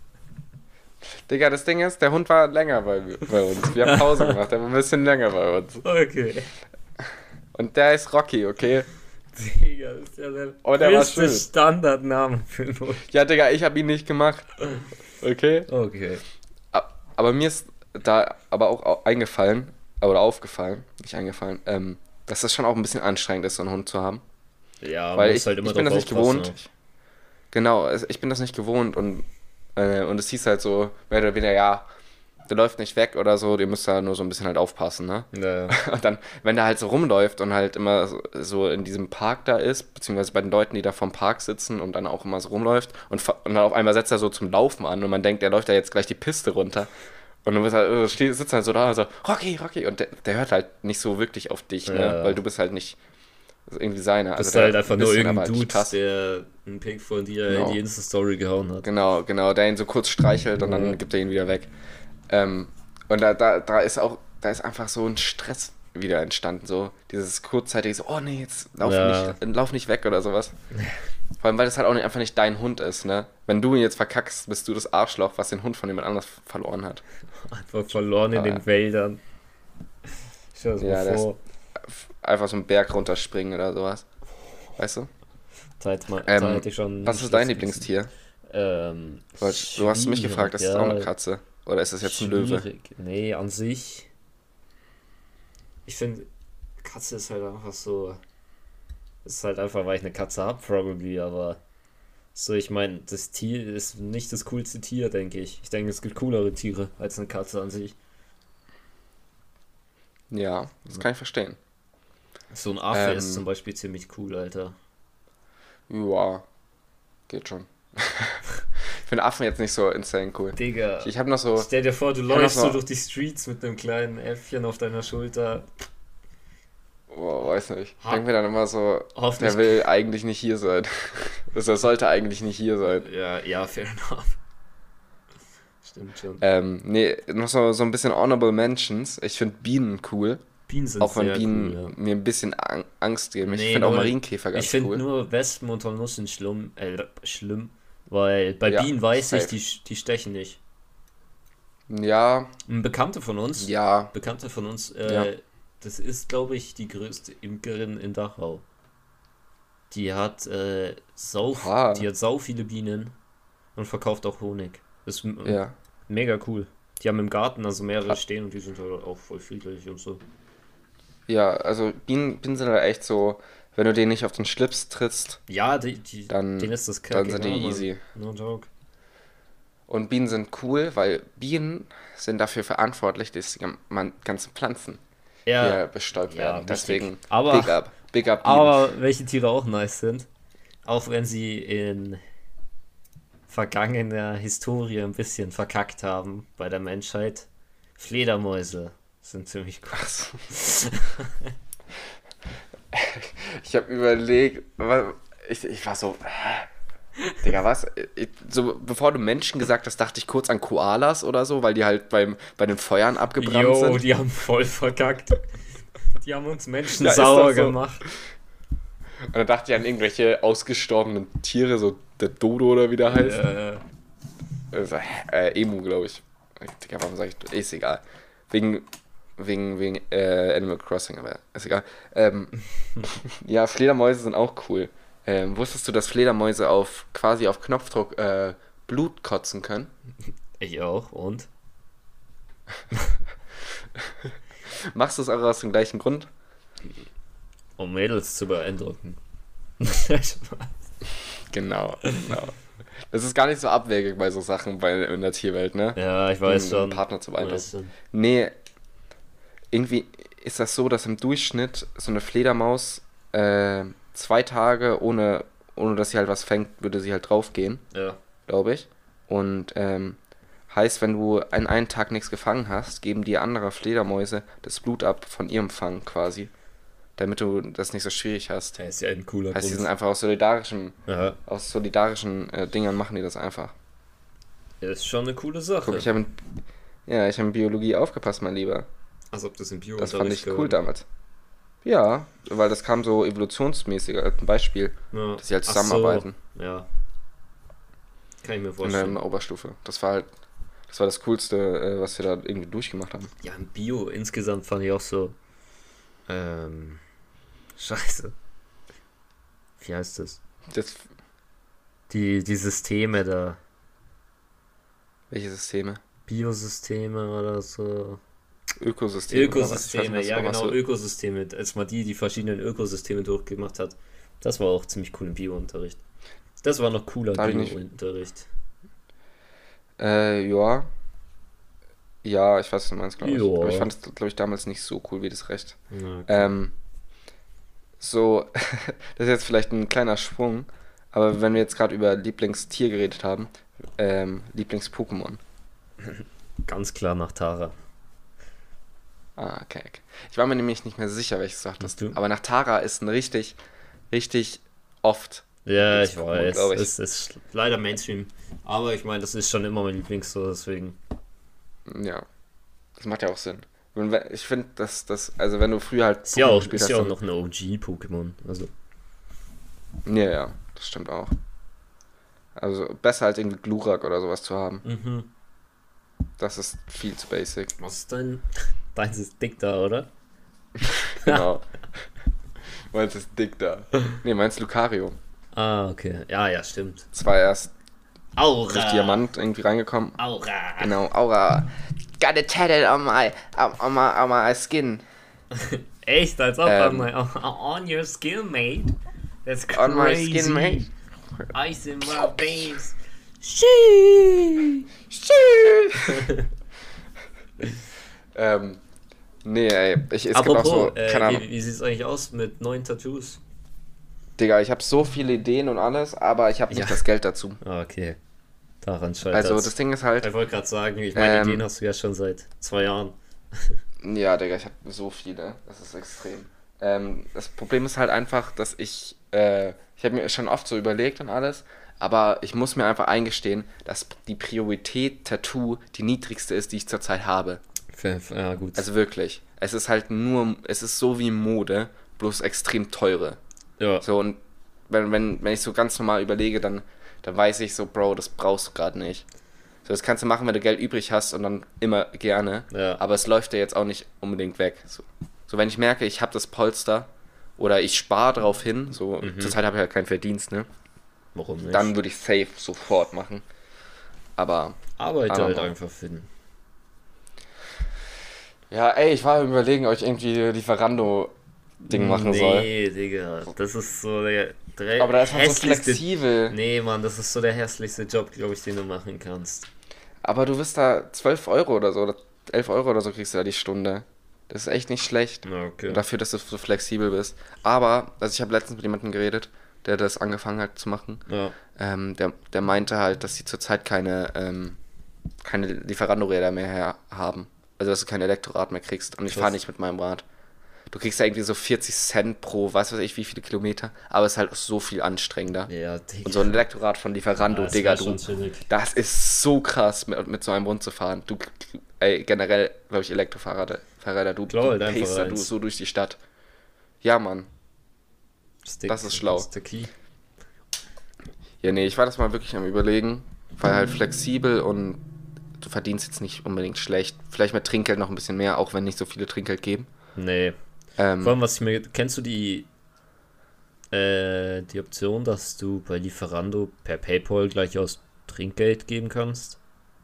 Digga, das Ding ist, der Hund war länger bei, bei uns. Wir haben Pause gemacht, der war ein bisschen länger bei uns. Okay. Und der ist Rocky, okay? Digga, das ist ja der Oh, der war beste schön. Standardname für einen Hund. Ja, Digga, ich hab ihn nicht gemacht. Okay? Okay. A- Aber mir ist da aber auch au- eingefallen, oder aufgefallen, nicht eingefallen, ähm, dass das schon auch ein bisschen anstrengend ist, so einen Hund zu haben. Ja, man Weil muss ich, halt immer ich bin das drauf nicht aufpassen, gewohnt. Genau, es- ich bin das nicht gewohnt und, äh, und es hieß halt so, mehr oder weniger, ja, der läuft nicht weg oder so, ihr müsst da nur so ein bisschen halt aufpassen, ne? auch. Ja, ja. Und dann, wenn der halt so rumläuft und halt immer so, so in diesem Park da ist, beziehungsweise bei den Leuten, die da vom Park sitzen und dann auch immer so rumläuft und, fa- und dann auf einmal setzt er so zum Laufen an und man denkt, der läuft da jetzt gleich die Piste runter. Und dann bist halt, äh, steht, sitzt halt so da und so, Rocky, Rocky. Und der, der hört halt nicht so wirklich auf dich, ne? Ja. Weil du bist halt nicht irgendwie seiner. Das Also ist der halt einfach nur bisschen, irgendein aber halt Dude, krass. der einen Pick von dir Genau. in die Insta-Story gehauen hat. Genau, genau, der ihn so kurz streichelt und Ja. dann gibt er ihn wieder weg. Ähm, und da, da, da ist auch, da ist einfach so ein Stress wieder entstanden, so dieses kurzzeitige, so, oh nee, jetzt lauf, Ja. nicht, lauf nicht weg oder sowas. Vor allem, weil das halt auch nicht, einfach nicht dein Hund ist, ne? Wenn du ihn jetzt verkackst, bist du das Arschloch, was den Hund von jemand anders verloren hat. Einfach verloren in Ah, den ja. Wäldern. Stell dir Ja, das der mal vor. Einfach so einen Berg runterspringen oder sowas. Weißt du? Da hätte, man, Ähm, da hätte ich schon Was nicht ist dein schlecht Lieblingstier? Ähm, Weil Du hast mich schwierig, gefragt, ist es ja, auch eine Katze? Oder ist es jetzt ein Löwe? schwierig. Nee, an sich. Ich finde, Katze ist halt einfach so. Ist halt einfach, weil ich eine Katze habe, probably, aber. So, ich meine, das Tier ist nicht das coolste Tier, denke ich. Ich denke, es gibt coolere Tiere als eine Katze an sich. Ja, das kann ich verstehen. So ein Affe Ähm. ist zum Beispiel ziemlich cool, Alter. Ja, geht schon. Ich finde Affen jetzt nicht so insane cool. Digga. Ich, ich habe noch so... Stell dir vor, du hab noch läufst so so- durch die Streets mit einem kleinen Äffchen auf deiner Schulter. Boah, weiß nicht. Ich Ha- denke mir dann immer so, Hoffentlich. der will eigentlich nicht hier sein. Also er sollte eigentlich nicht hier sein. Ja, ja, fair enough. Stimmt schon. Ähm, nee, noch so, so ein bisschen Honorable Mentions. Ich finde Bienen cool. Bienen sind Auch wenn sehr Bienen cool, ja. mir ein bisschen Ang- Angst geben. Ich Nee, finde auch nur- Marienkäfer ganz Ich finde cool. nur Wespen und Hornussen schlimm, äh, schlimm, weil bei Ja, Bienen weiß safe. ich, die, die stechen nicht. Ja, Ein Bekannter von uns, ja. Bekannter von uns, äh, Ja. das ist, glaube ich, die größte Imkerin in Dachau. Die hat, äh, sau, Oha. die hat sau viele Bienen und verkauft auch Honig. Das ist m- Ja. mega cool. Die haben im Garten also mehrere Ha- stehen und die sind halt auch voll friedlich und so. Ja, also Bienen, Bienen sind halt echt so, wenn du denen nicht auf den Schlips trittst, Ja, die, die, Dann- denen ist das dann kacke, sind die ne, Mann. easy. No joke. Und Bienen sind cool, weil Bienen sind dafür verantwortlich, dass die gam- man- ganzen Pflanzen Ja, hier bestäubt ja, werden. wichtig. Deswegen Aber- big up, big up Bienen. aber welche Tiere auch nice sind, auch wenn sie in vergangener Historie ein bisschen verkackt haben bei der Menschheit, Fledermäuse sind ziemlich cool. Ach so. Ich habe überlegt, wa- ich, ich war so, hä? Digga, was? Ich, so, bevor du Menschen gesagt hast, dachte ich kurz an Koalas oder so, weil die halt beim, bei den Feuern abgebrannt Jo, sind. die haben voll verkackt. Die haben uns Menschen Ja, ist sauer doch so. gemacht. Und dann dachte ich an irgendwelche ausgestorbenen Tiere, so der Dodo oder wie der heißt. Äh, Also, äh, Emu, glaube ich. Digga, warum sag ich, ist egal. Wegen, wegen, wegen äh, Animal Crossing, aber ist egal. Ähm, ja, Fledermäuse sind auch cool. Ähm, wusstest du, dass Fledermäuse auf quasi auf Knopfdruck äh, Blut kotzen können? ich auch, und? Machst du es auch aus dem gleichen Grund? Um Mädels zu beeindrucken. Genau, genau. Das ist gar nicht so abwegig bei so Sachen bei, in der Tierwelt, ne? Ja, ich weiß Um schon. einen Partner zu beeindrucken. Weiß schon. Nee, irgendwie ist das so, dass im Durchschnitt so eine Fledermaus äh, zwei Tage ohne, ohne dass sie halt was fängt, würde sie halt draufgehen, Ja. glaube ich. Und ähm, heißt, wenn du an einen Tag nichts gefangen hast, geben die andere Fledermäuse das Blut ab von ihrem Fang quasi, damit du das nicht so schwierig hast. Der ist ja ein cooler Heißt, die sind Grund. einfach aus solidarischen, Ja, aus solidarischen äh, Dingern machen die das einfach. ist schon eine coole Sache. Guck, ich habe in, ja, ich habe in Biologie aufgepasst, mein Lieber. Als ob das im Bio Das fand ich cool damals. Ja, weil das kam so evolutionsmäßig als ein Beispiel, Ja. dass sie halt Ach zusammenarbeiten So. Ja. Kann ich mir in vorstellen. der Oberstufe. Das war halt, das war das Coolste, äh, was wir da irgendwie durchgemacht haben. Ja, im Bio insgesamt fand ich auch so. Ähm. Scheiße. Wie heißt das? Das, Die, die Systeme da. welche Systeme? Biosysteme oder so. Ökosysteme. oder was? Ich weiß Ökosysteme, nicht, ja was genau, so- Ökosysteme. Als man die, die verschiedenen Ökosysteme durchgemacht hat. Das war auch ziemlich cool im Bio-Unterricht. Das war noch cooler Da hab ich nicht- Bio-Unterricht. Äh, ja. Ja, ich weiß, was du meinst, glaube ich. Ja. Aber ich fand es, glaube ich, damals nicht so cool wie das Recht. Ja, okay. Ähm, so, das ist jetzt vielleicht ein kleiner Sprung, aber wenn wir jetzt gerade über Lieblingstier geredet haben, ähm, Lieblings-Pokémon. Ganz klar nach Tara. Ah, okay, okay. Ich war mir nämlich nicht mehr sicher, welches du sagtest. du? Aber nach Tara ist ein richtig, richtig oft. Ja, Als ich Pokémon, weiß. glaub ich. Es ist leider Mainstream. Aber ich meine, das ist schon immer mein Lieblings, so deswegen. Ja, das macht ja auch Sinn. Und wenn- Ich finde, dass das, also wenn du früher halt Ist ja auch, gespielt ist ja auch dann- noch ein O G-Pokémon. Also, Ja, ja, das stimmt auch. Also besser als irgendwie Glurak oder sowas zu haben. mhm. Das ist viel zu basic. Was ist dein. Deins ist dick da, oder? Genau. Meins ist dick da. Nee, meins Lucario. Ah, okay. Ja, ja, stimmt. Zwar erst Aura! durch Diamant irgendwie reingekommen. Aura! Genau, Aura. Got a tatted on my, on, on my, on my skin. Echt, als ob Ähm. on, my, on your skin, mate. That's crazy. On my skin, mate. Ice in my veins. Sheesh. ähm, nee, ey. Ich, es gibt auch Apropos, so, keine äh, Ahnung. wie, wie sieht es eigentlich aus mit neuen Tattoos? Digga, ich habe so viele Ideen und alles, aber ich habe nicht Ja. das Geld dazu. Ah, okay. Daran scheitert Also das Ding ist halt, Ich wollte gerade sagen, ich meine, Ähm, Ideen hast du ja schon seit zwei Jahren. ja, Digga, ich habe so viele. Das ist extrem. Ähm, das Problem ist halt einfach, dass ich, äh, ich habe mir schon oft so überlegt und alles, aber ich muss mir einfach eingestehen, dass die Priorität Tattoo die niedrigste ist, die ich zurzeit habe. F- Ja, gut. Also wirklich. Es ist halt nur, es ist so wie Mode, bloß extrem teure. ja. So, und wenn, wenn, wenn ich so ganz normal überlege, dann, dann weiß ich so, Bro, das brauchst du gerade nicht. So, das kannst du machen, wenn du Geld übrig hast und dann immer gerne. Ja. Aber es läuft dir jetzt auch nicht unbedingt weg. So, so wenn ich merke, ich habe das Polster oder ich spare drauf hin, so, Mhm. zurzeit habe ich ja keinen Verdienst, ne? Warum nicht? Dann würde ich safe sofort machen. Aber, Arbeit I don't halt know. einfach finden. ja, ey, ich war am überlegen, ob ich irgendwie Lieferando-Ding machen soll. Nee, Digga. Das ist so der, der Aber da ist man so hässlichste- flexibel. Nee, Mann, das ist so der hässlichste Job, glaube ich, den du machen kannst. Aber du wirst da zwölf Euro oder so, oder elf Euro oder so kriegst du da die Stunde. Das ist echt nicht schlecht. Na, okay. Dafür, dass du so flexibel bist. Aber, also ich habe letztens mit jemandem geredet, der das angefangen hat zu machen. Ja. Ähm, der, der meinte halt, dass sie zurzeit keine, ähm, keine Lieferando-Räder mehr her haben. Also, dass du kein Elektrorad mehr kriegst. Und ich Krass. fahre nicht mit meinem Rad. Du kriegst ja irgendwie so vierzig Cent pro, weiß was ich, wie viele Kilometer. Aber es ist halt auch so viel anstrengender. Ja, Digga. Und so ein Elektrorad von Lieferando, das Digga, wär du. schon chillig. Das ist so krass, mit, mit so einem rund zu fahren. Du, ey, generell, glaube ich, Elektrofahrräder, Fahrräder, du, Klar, du halt einfach pacest da du eins. so durch die Stadt. Ja, Mann. Stick, das ist schlau. Das ist der Key. Ja, nee, ich war das mal wirklich am Überlegen, weil halt flexibel und du verdienst jetzt nicht unbedingt schlecht. Vielleicht mit Trinkgeld noch ein bisschen mehr, auch wenn nicht so viele Trinkgeld geben. Nee. Ähm, Vor allem, was ich mir. Kennst du die. Äh, die Option, dass du bei Lieferando per PayPal gleich aus Trinkgeld geben kannst?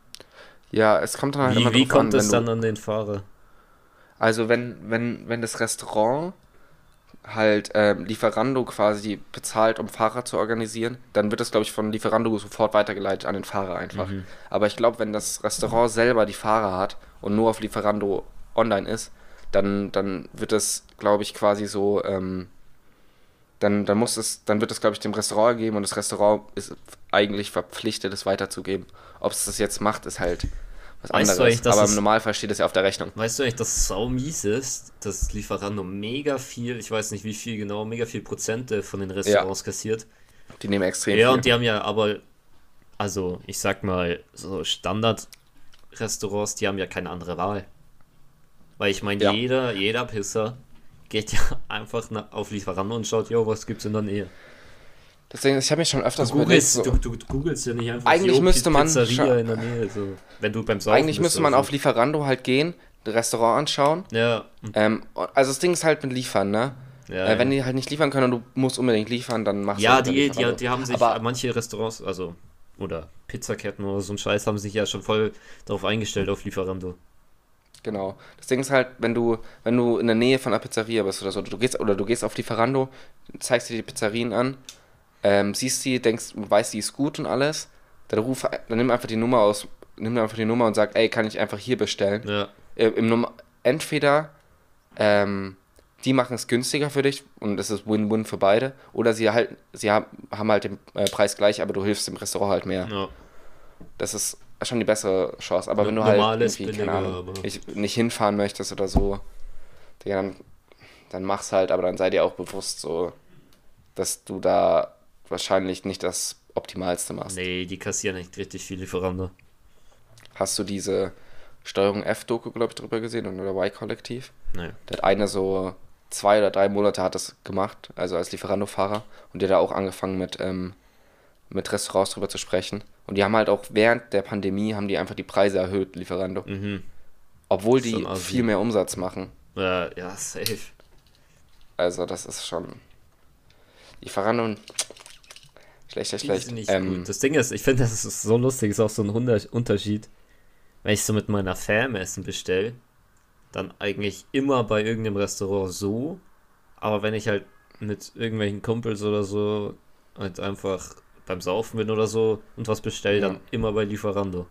ja, es kommt dann halt Wie, immer wie drauf an, kommt wenn es du, dann an den Fahrer? also wenn, wenn, wenn das Restaurant halt ähm, Lieferando quasi bezahlt, um Fahrer zu organisieren, dann wird das, glaube ich, von Lieferando sofort weitergeleitet an den Fahrer einfach. Mhm. Aber ich glaube, wenn das Restaurant selber die Fahrer hat und nur auf Lieferando online ist, dann, dann wird das, glaube ich, quasi so, ähm, dann, dann muss es, dann wird es, glaube ich, dem Restaurant geben und das Restaurant ist eigentlich verpflichtet, es weiterzugeben. Ob es das jetzt macht, ist halt was Weißt du anderes. eigentlich, dass Aber es- im Normalfall steht es ja auf der Rechnung. Weißt du eigentlich, dass es sau mies ist, dass Lieferando mega viel, ich weiß nicht wie viel genau, mega viel Prozente von den Restaurants kassiert? Die nehmen extrem Ja, viel. und die haben ja aber, also ich sag mal, so Standard-Restaurants, die haben ja keine andere Wahl. Weil ich meine, Ja. jeder, jeder Pisser geht ja einfach nach, auf Lieferando und schaut, jo, was gibt's in der Nähe? Deswegen, ich habe mich schon öfters Du überlegt, googelst, so, du, du, du googelst ja nicht einfach, Eigentlich jo, müsste man Pizzeria scha- in der Nähe, so. Wenn du beim Saufen eigentlich bist müsste man oder auf Lieferando halt gehen, das Restaurant anschauen. so. Ja, Ähm, also das Ding ist halt mit Liefern, ne? ja, äh, wenn ja. die halt nicht liefern können und du musst unbedingt liefern, dann machst Ja, du die, halt die, Lieferando. die haben sich, Aber manche Restaurants, also, oder Pizzaketten oder so ein Scheiß, haben sich ja schon voll darauf eingestellt auf Lieferando. genau. Das Ding ist halt, wenn du, wenn du in der Nähe von einer Pizzeria bist oder so, du gehst, oder du gehst auf Lieferando, zeigst dir die Pizzerien an, ähm, siehst die, denkst, weißt, die ist gut und alles, dann ruf, dann nimm einfach die Nummer aus, nimm einfach die Nummer und sag, ey, kann ich einfach hier bestellen? Ja, Äh, im Nummer, entweder ähm, die machen es günstiger für dich und das ist Win-Win für beide, oder sie halt, sie haben, haben halt den äh, Preis gleich, aber du hilfst dem Restaurant halt mehr. ja. Das ist schon die bessere Chance. Aber No- wenn du normal halt ist irgendwie, billiger, keine Ahnung, aber- ich, nicht hinfahren möchtest oder so, Digga, dann, dann mach's halt, aber dann sei dir auch bewusst so, dass du da wahrscheinlich nicht das Optimalste machst. Nee, die kassieren echt richtig viel Lieferando. Hast du diese Steuerung F-Doku, glaube ich, drüber gesehen oder Y-Kollektiv? Nee. Der hat eine so zwei oder drei Monate hat das gemacht, also als Lieferando-Fahrer. Und der hat da auch angefangen mit, ähm, mit Restaurants drüber zu sprechen. Und die haben halt auch während der Pandemie haben die einfach die Preise erhöht, Lieferando. Mhm. Obwohl Schon die assi. viel mehr Umsatz machen. Ja, ja, safe. Also das ist schon... Lieferando... Schlechter, Die schlecht. sind nicht Ähm, gut. Das Ding ist, ich finde, das ist so lustig, ist auch so ein Hunder- Unterschied. Wenn ich so mit meiner Fam Essen bestelle, dann eigentlich immer bei irgendeinem Restaurant so, aber wenn ich halt mit irgendwelchen Kumpels oder so halt einfach beim Saufen bin oder so und was bestelle, dann Ja. immer bei Lieferando.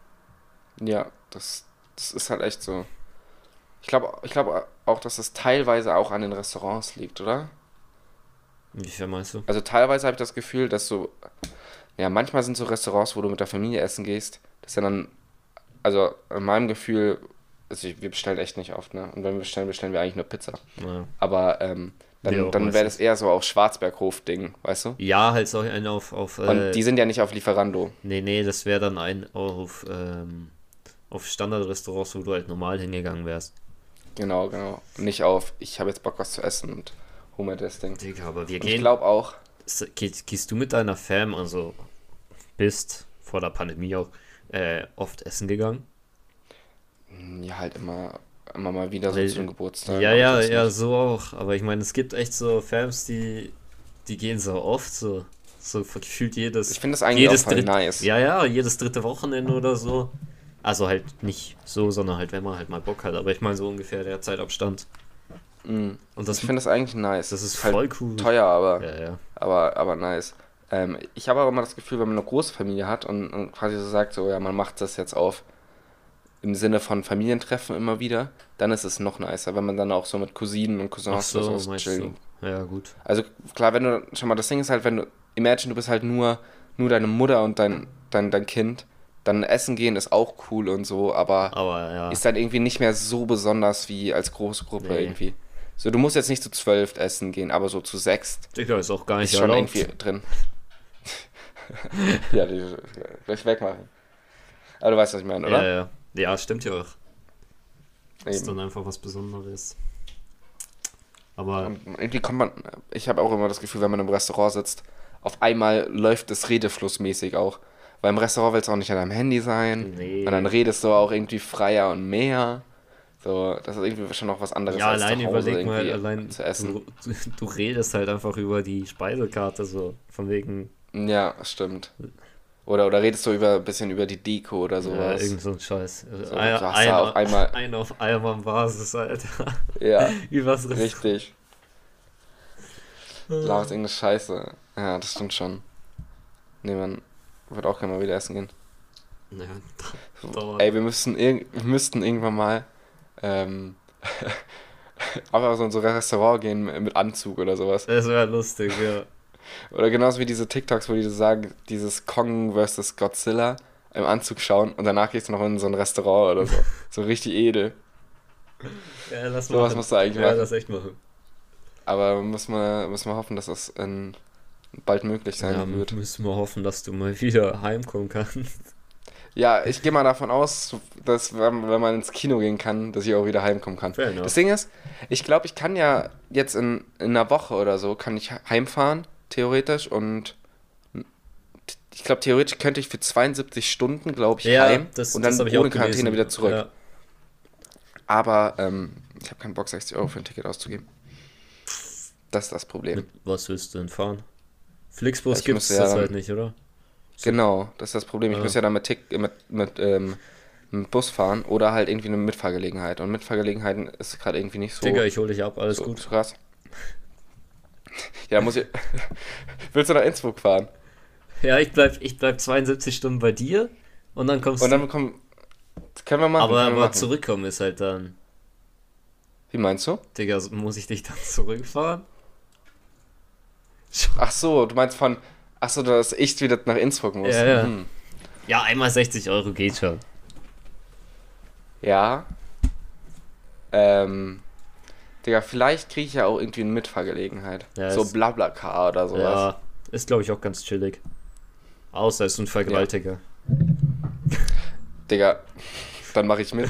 Ja, das, das ist halt echt so. Ich glaube ich glaub auch, dass es teilweise auch an den Restaurants liegt, oder? Inwiefern meinst du? Also teilweise habe ich das Gefühl, dass so, ja, manchmal sind so Restaurants, wo du mit der Familie essen gehst, das sind dann, also in meinem Gefühl, also ich, wir bestellen echt nicht oft, ne? Und wenn wir bestellen, bestellen wir eigentlich nur Pizza. Ja, Aber ähm, Wir dann, auch dann wäre meistens. das eher so auch Schwarzberghof-Ding, weißt du? ja halt so ein auf, auf Und äh, die sind ja nicht auf Lieferando. nee, nee, das wäre dann ein auf, ähm, auf Standardrestaurants, wo du halt normal hingegangen wärst. Genau, genau. Nicht auf, ich habe jetzt Bock, was zu essen und hol mir das Ding. Digga, aber wir Und ich gehen. glaube auch, S- Gehst, gehst du mit deiner Fam, also bist vor der Pandemie auch äh, oft essen gegangen? ja, halt immer, immer mal wieder so Weil- zu den Geburtstagen. Ja, aber ja, sonst ja, nicht. so auch. Aber ich meine, es gibt echt so Fams, die, die gehen so oft so, so gefühlt jedes, Ich finde das eigentlich jedes auch voll dritt- nice. Ja, ja, jedes dritte Wochenende oder so. Also halt nicht so, sondern halt, wenn man halt mal Bock hat. Aber ich meine so ungefähr der Zeitabstand. Mhm. Und das, Ich finde das eigentlich nice. das ist halt voll cool. teuer, aber, Ja, ja. aber, aber nice. Ähm, ich habe aber immer das Gefühl, wenn man eine große Familie hat und, und quasi so sagt, so, ja, man macht das jetzt auf im Sinne von Familientreffen immer wieder, dann ist es noch nicer, wenn man dann auch so mit Cousinen und Ach Cousins so, oder so meinst chillen. du? Ja, gut. Also klar, wenn du, schon mal, das Ding ist halt, wenn du, imagine, du bist halt nur, nur deine Mutter und dein, dein, dein Kind, dann essen gehen ist auch cool und so, aber Aber ja. ist dann irgendwie nicht mehr so besonders wie als große Gruppe Nee. irgendwie. So, du musst jetzt nicht zu zwölf essen gehen, aber so zu sechst Digga, ist auch gar nicht ist schon erlaubt. irgendwie drin. ja, die gleich wegmachen. Aber du weißt, was ich meine, oder? Ja, ja. Ja, stimmt ja auch. Ist Eben. dann einfach was Besonderes. Aber Und irgendwie kommt man, ich habe auch immer das Gefühl, wenn man im Restaurant sitzt, auf einmal läuft es redeflussmäßig auch. Weil im Restaurant willst du auch nicht an deinem Handy sein. nee. Und dann redest du auch irgendwie freier und mehr. So, das ist irgendwie schon noch was anderes Ja, als allein zu Hause überleg mal, irgendwie allein zu essen. du, du, du redest halt einfach über die Speisekarte so, von wegen, Ja, stimmt. Oder, oder redest du über ein bisschen über die Deko oder ja, sowas. irgend so ein Scheiß. So, ein, du hast ein, da auf einmal- ein auf einmal Basis, Alter. Ja, Übers Rest. richtig. Laberst irgendeine Scheiße. Ja, das stimmt schon. Nee, man wird auch gerne mal wieder essen gehen. Ja, So, dauert. ey, wir müssen irg wir müssten irgendwann mal ähm, einfach so in so ein Restaurant gehen mit Anzug oder sowas. Das wäre lustig, ja. Oder genauso wie diese TikToks, wo die so sagen, dieses Kong versus Godzilla im Anzug schauen und danach gehst du noch in so ein Restaurant oder so. So richtig edel. Ja, lass Sowas machen. musst du eigentlich Ja, machen. das echt machen. Aber muss man, muss man hoffen, dass das in, bald möglich sein Ja, wird. müssen wir hoffen, dass du mal wieder heimkommen kannst. Ja, ich gehe mal davon aus, dass wenn, wenn man ins Kino gehen kann, dass ich auch wieder heimkommen kann. Fair enough. Das Ding ist, ich glaube, ich kann ja jetzt in, in einer Woche oder so, kann ich heimfahren, theoretisch. Und ich glaube, theoretisch könnte ich für zweiundsiebzig Stunden, glaube ich, heim das, und dann das hab ich ohne auch Quarantäne gelesen. wieder zurück. Ja. Aber ähm, ich habe keinen Bock, sechzig Euro für ein Ticket auszugeben. Das ist das Problem. Mit was willst du denn fahren? Flixbus Ich gibt es müsste ja das dann- halt nicht, oder? Genau, das ist das Problem. Ich Ja. muss ja dann mit, Tick, mit, mit, ähm, mit Bus fahren oder halt irgendwie eine Mitfahrgelegenheit. Und Mitfahrgelegenheiten ist gerade irgendwie nicht so, Digga, ich hol dich ab, alles so, gut. so krass. Ja, muss ich. Willst du nach Innsbruck fahren? Ja, ich bleib, ich bleib zweiundsiebzig Stunden bei dir und dann kommst Und du. dann bekommen. Können wir machen. Aber, können wir aber machen. zurückkommen ist halt dann. Wie meinst du? Digga, muss ich dich dann zurückfahren? Ach so, du meinst von. Ach so, dass ich wieder nach Innsbruck muss. Ja, ja. Hm. Ja, einmal sechzig Euro geht schon. Ja. Ähm. Digga, vielleicht kriege ich ja auch irgendwie eine Mitfahrgelegenheit. Ja, so ist- Blablacar oder sowas. Ja, ist glaube ich auch ganz chillig. Außer es ist ein Vergewaltiger. Digga, dann mache ich mit.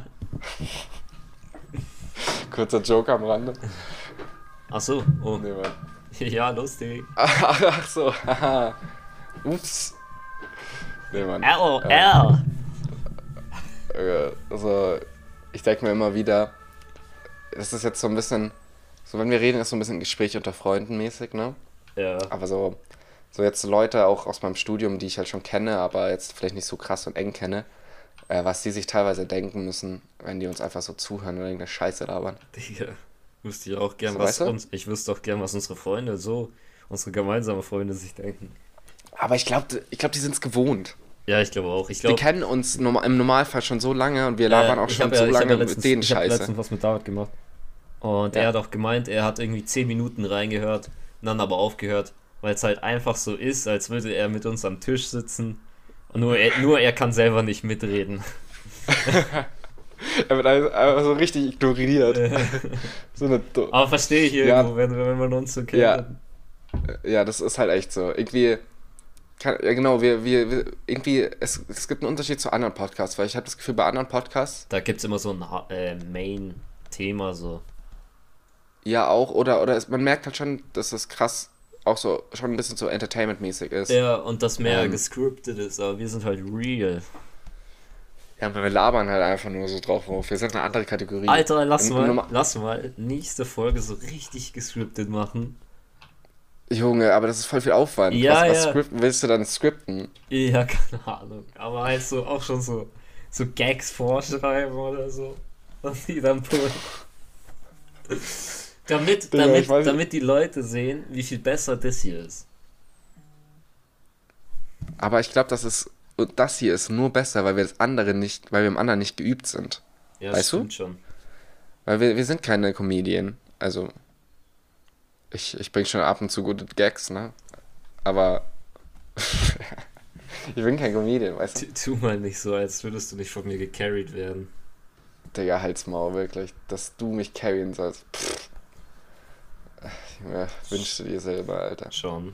Kurzer Joke am Rande. Ach so, oh. Nee, Mann. Ja, lustig. Ach, ach so, haha. Ups. Nee, Mann. L, L. Äh, Also, ich denke mir immer wieder, das ist jetzt so ein bisschen, so wenn wir reden, ist so ein bisschen Gespräch unter Freunden mäßig, ne? Ja. Aber so, so jetzt Leute auch aus meinem Studium, die ich halt schon kenne, aber jetzt vielleicht nicht so krass und eng kenne, äh, was die sich teilweise denken müssen, wenn die uns einfach so zuhören oder irgendeine Scheiße labern. Digga, wüsste ich auch gern, So, was weißt du? uns, ich wüsste auch gern, was unsere Freunde so, unsere gemeinsamen Freunde sich denken. Aber ich glaube, ich glaub, die sind es gewohnt. Ja, ich glaube auch. Ich Wir glaube, kennen uns norma- im Normalfall schon so lange und wir labern auch ich schon hab ja, so ich hab lange ja letztens, mit denen ich hab Scheiße. letztens was mit David gemacht. Und Ja. er hat auch gemeint, er hat irgendwie zehn Minuten reingehört und dann aber aufgehört, weil es halt einfach so ist, als würde er mit uns am Tisch sitzen und nur er, nur er kann selber nicht mitreden. Er wird einfach so richtig ignoriert. So eine Do- Aber verstehe ich Ja. irgendwo, wenn, wenn man uns so kennt. Ja. Ja, das ist halt echt so. Irgendwie, kann, ja genau, wir, wir, wir irgendwie, es, es gibt einen Unterschied zu anderen Podcasts, weil ich habe das Gefühl, bei anderen Podcasts, Da gibt es immer so ein Ha- äh, Main-Thema so. ja auch, oder, oder es, man merkt halt schon, dass das krass auch so, schon ein bisschen so Entertainment-mäßig ist. Ja, und das mehr Ähm. gescriptet ist, aber wir sind halt real. Ja, aber wir labern halt einfach nur so drauf auf. Wir sind eine andere Kategorie. Alter, lass Im- mal, Nummer- lass mal nächste Folge so richtig gescriptet machen. Junge, aber das ist voll viel Aufwand. Ja, was, was ja. scripten willst du dann scripten? Ja, keine Ahnung. Aber halt so auch schon so, so Gags vorschreiben oder so. Und die dann pullen. Damit, Digga, damit, ich weiß nicht. damit die Leute sehen, wie viel besser das hier ist. Aber ich glaube, das ist, und das hier ist nur besser, weil wir das andere nicht, weil wir im anderen nicht geübt sind. Ja, Weißt du? stimmt schon. Weil wir, wir sind keine Comedian. Also, ich, ich bringe schon ab und zu gute Gags, ne? Aber ich bin kein Comedian, weißt du? Tu, tu mal nicht so, als würdest du nicht von mir gecarried werden. Digga, halt's Maul, wirklich. Dass du mich carryen sollst. Pff. Ja, wünschst du dir selber, Alter. Schon.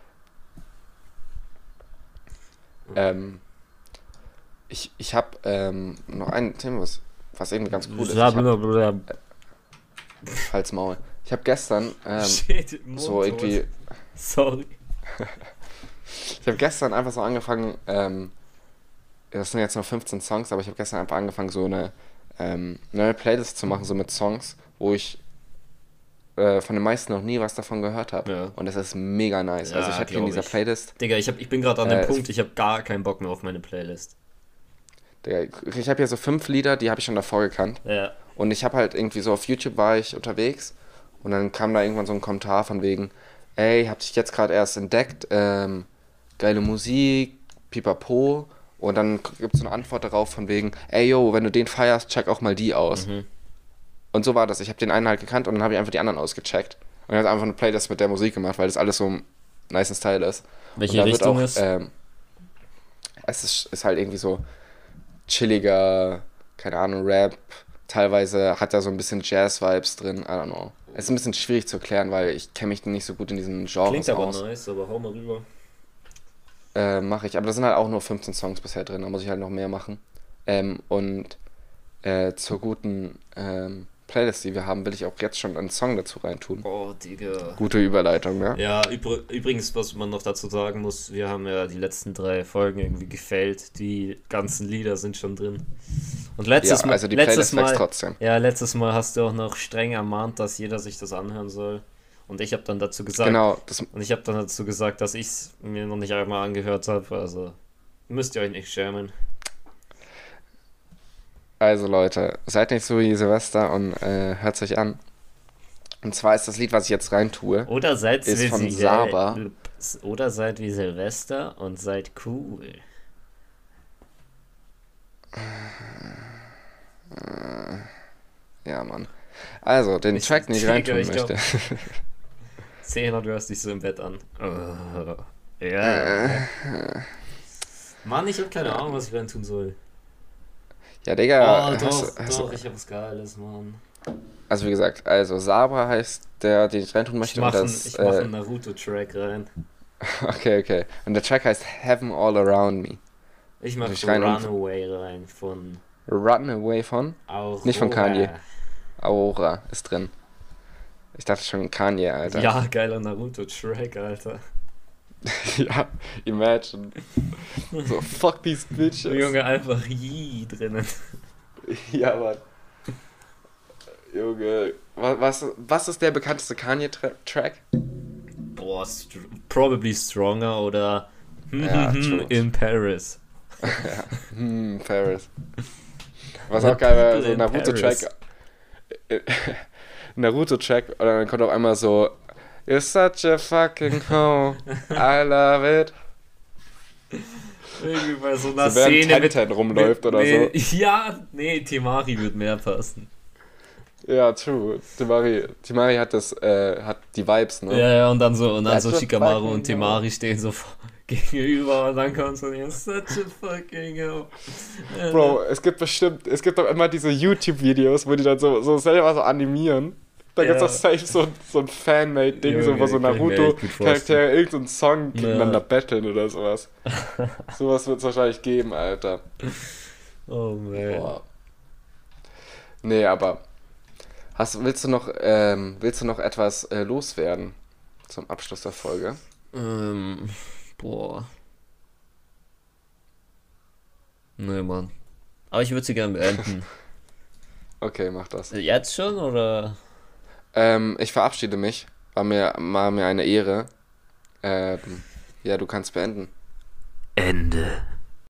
Ähm, ich ich habe ähm, noch ein Thema, was, was irgendwie ganz cool ist. Ich hab, Blablabla. halt's Maul. Ich habe gestern ähm, Shit, im so Mund irgendwie... tot. Sorry. Ich habe gestern einfach so angefangen, ähm, das sind jetzt noch fünfzehn Songs, aber ich habe gestern einfach angefangen, so eine ähm, neue Playlist zu machen, so mit Songs, wo ich äh, von den meisten noch nie was davon gehört habe. Ja. Und das ist mega nice. Ja, also ich habe hier in glaub dieser ich. Playlist, Digga, ich, hab, ich bin gerade an Äh, dem Punkt, ich habe gar keinen Bock mehr auf meine Playlist. Digga, ich habe hier so fünf Lieder, die habe ich schon davor gekannt. Ja. Und ich habe halt irgendwie so auf YouTube war ich unterwegs und dann kam da irgendwann so ein Kommentar von wegen, ey, hab dich jetzt gerade erst entdeckt, ähm, geile Musik, pipapo. Und dann gibt es so eine Antwort darauf von wegen, ey yo, wenn du den feierst, check auch mal die aus. Mhm. Und so war das. Ich habe den einen halt gekannt und dann habe ich einfach die anderen ausgecheckt. Und habe einfach eine Playlist mit der Musik gemacht, weil das alles so ein nice Style ist. Welche und da Richtung wird auch, ist? Ähm, es ist, ist halt irgendwie so chilliger, keine Ahnung, Rap. Teilweise hat er so ein bisschen Jazz-Vibes drin, I don't know. Es ist ein bisschen schwierig zu erklären, weil ich kenne mich nicht so gut in diesen Genres Klingt aber aus. nice, aber hau mal rüber. Äh, mache ich. Aber da sind halt auch nur fünfzehn Songs bisher drin, da muss ich halt noch mehr machen. Ähm, und äh, zur guten ähm, Playlist, die wir haben, will ich auch jetzt schon einen Song dazu reintun. Oh, Digga. Gute Überleitung, ne? Ja, übr übrigens, was man noch dazu sagen muss, wir haben ja die letzten drei Folgen irgendwie gefällt. Die ganzen Lieder sind schon drin. Und letztes Ja, Mal, also die letztes Playlist wächst Mal, trotzdem. ja, letztes Mal hast du auch noch streng ermahnt, dass jeder sich das anhören soll. Und ich habe dann dazu gesagt, Genau, das, und ich habe dann dazu gesagt, dass ich es mir noch nicht einmal angehört habe. Also müsst ihr euch nicht schämen. also Leute, seid nicht so wie Silvester und äh, hört euch an. Und zwar ist das Lied, was ich jetzt reintue, Oder seid ist wie von Sil- Saba. Oder seid wie Silvester und seid cool. Ja, Mann. Also, den Ich- Track, den ich Digga, reintun ich glaub- möchte. Zehner, du hörst dich so im Bett an. Oh, ja. Mann, ich hab keine Ahnung, was ich rein tun soll. Ja, Digga, Oh, hast, doch, du- hast, doch, du- ich hab was Geiles, Mann. also wie gesagt, also Sabra heißt der, den ich reintun Ich möchte. mach, und einen, das, ich mach äh, einen Naruto-Track rein. okay, okay. Und der Track heißt Heaven All Around Me. Ich mach ich rein und- Runaway rein von Run Away von Aurora. Nicht von Kanye. Aurora ist drin. Ich dachte schon Kanye, Alter. Ja, geiler Naruto-Track, Alter. ja, imagine. So, fuck these bitches. Junge, einfach Yee drinnen. Ja, Mann. Junge, wa- was, was ist der bekannteste Kanye-Track? Boah, str probably Stronger oder Ja, true. In Paris. Hm, Paris. Was The auch geil war, people so in Naruto-Track. Naruto-Track, und dann kommt auch einmal so You're such a fucking hoe, I love it. Irgendwie bei so einer So während Szene mit, Tenten rumläuft oder nee, so. Ja, nee, Temari wird mehr passen. Ja, true. Die Mari, die Mari hat das, äh, hat die Vibes, ne? Ja, ja, und dann so, und dann That's so a Shikamaru fucking und Temari stehen so vor- gegenüber und dann kommt so, you're such a fucking hell. Bro, es gibt bestimmt, es gibt doch immer diese YouTube-Videos, wo die dann so, so selber so animieren. Da Ja. gibt's doch safe so, so ein Fanmade-Ding, so, wo Junge, so kann ich mir echt gut Naruto-Charaktere vorstellen. irgendeinen Song gegeneinander Ja. battlen oder sowas. Sowas wird's wahrscheinlich geben, Alter. Oh man. Boah. Nee, aber hast, willst du noch, ähm, willst du noch etwas äh, loswerden zum Abschluss der Folge? Ähm, boah. Nee, Mann. Aber ich würde sie gerne beenden. Okay, mach das. Jetzt schon, oder? Ähm, ich verabschiede mich. War mir, war mir eine Ehre. Ähm, ja, du kannst beenden. Ende.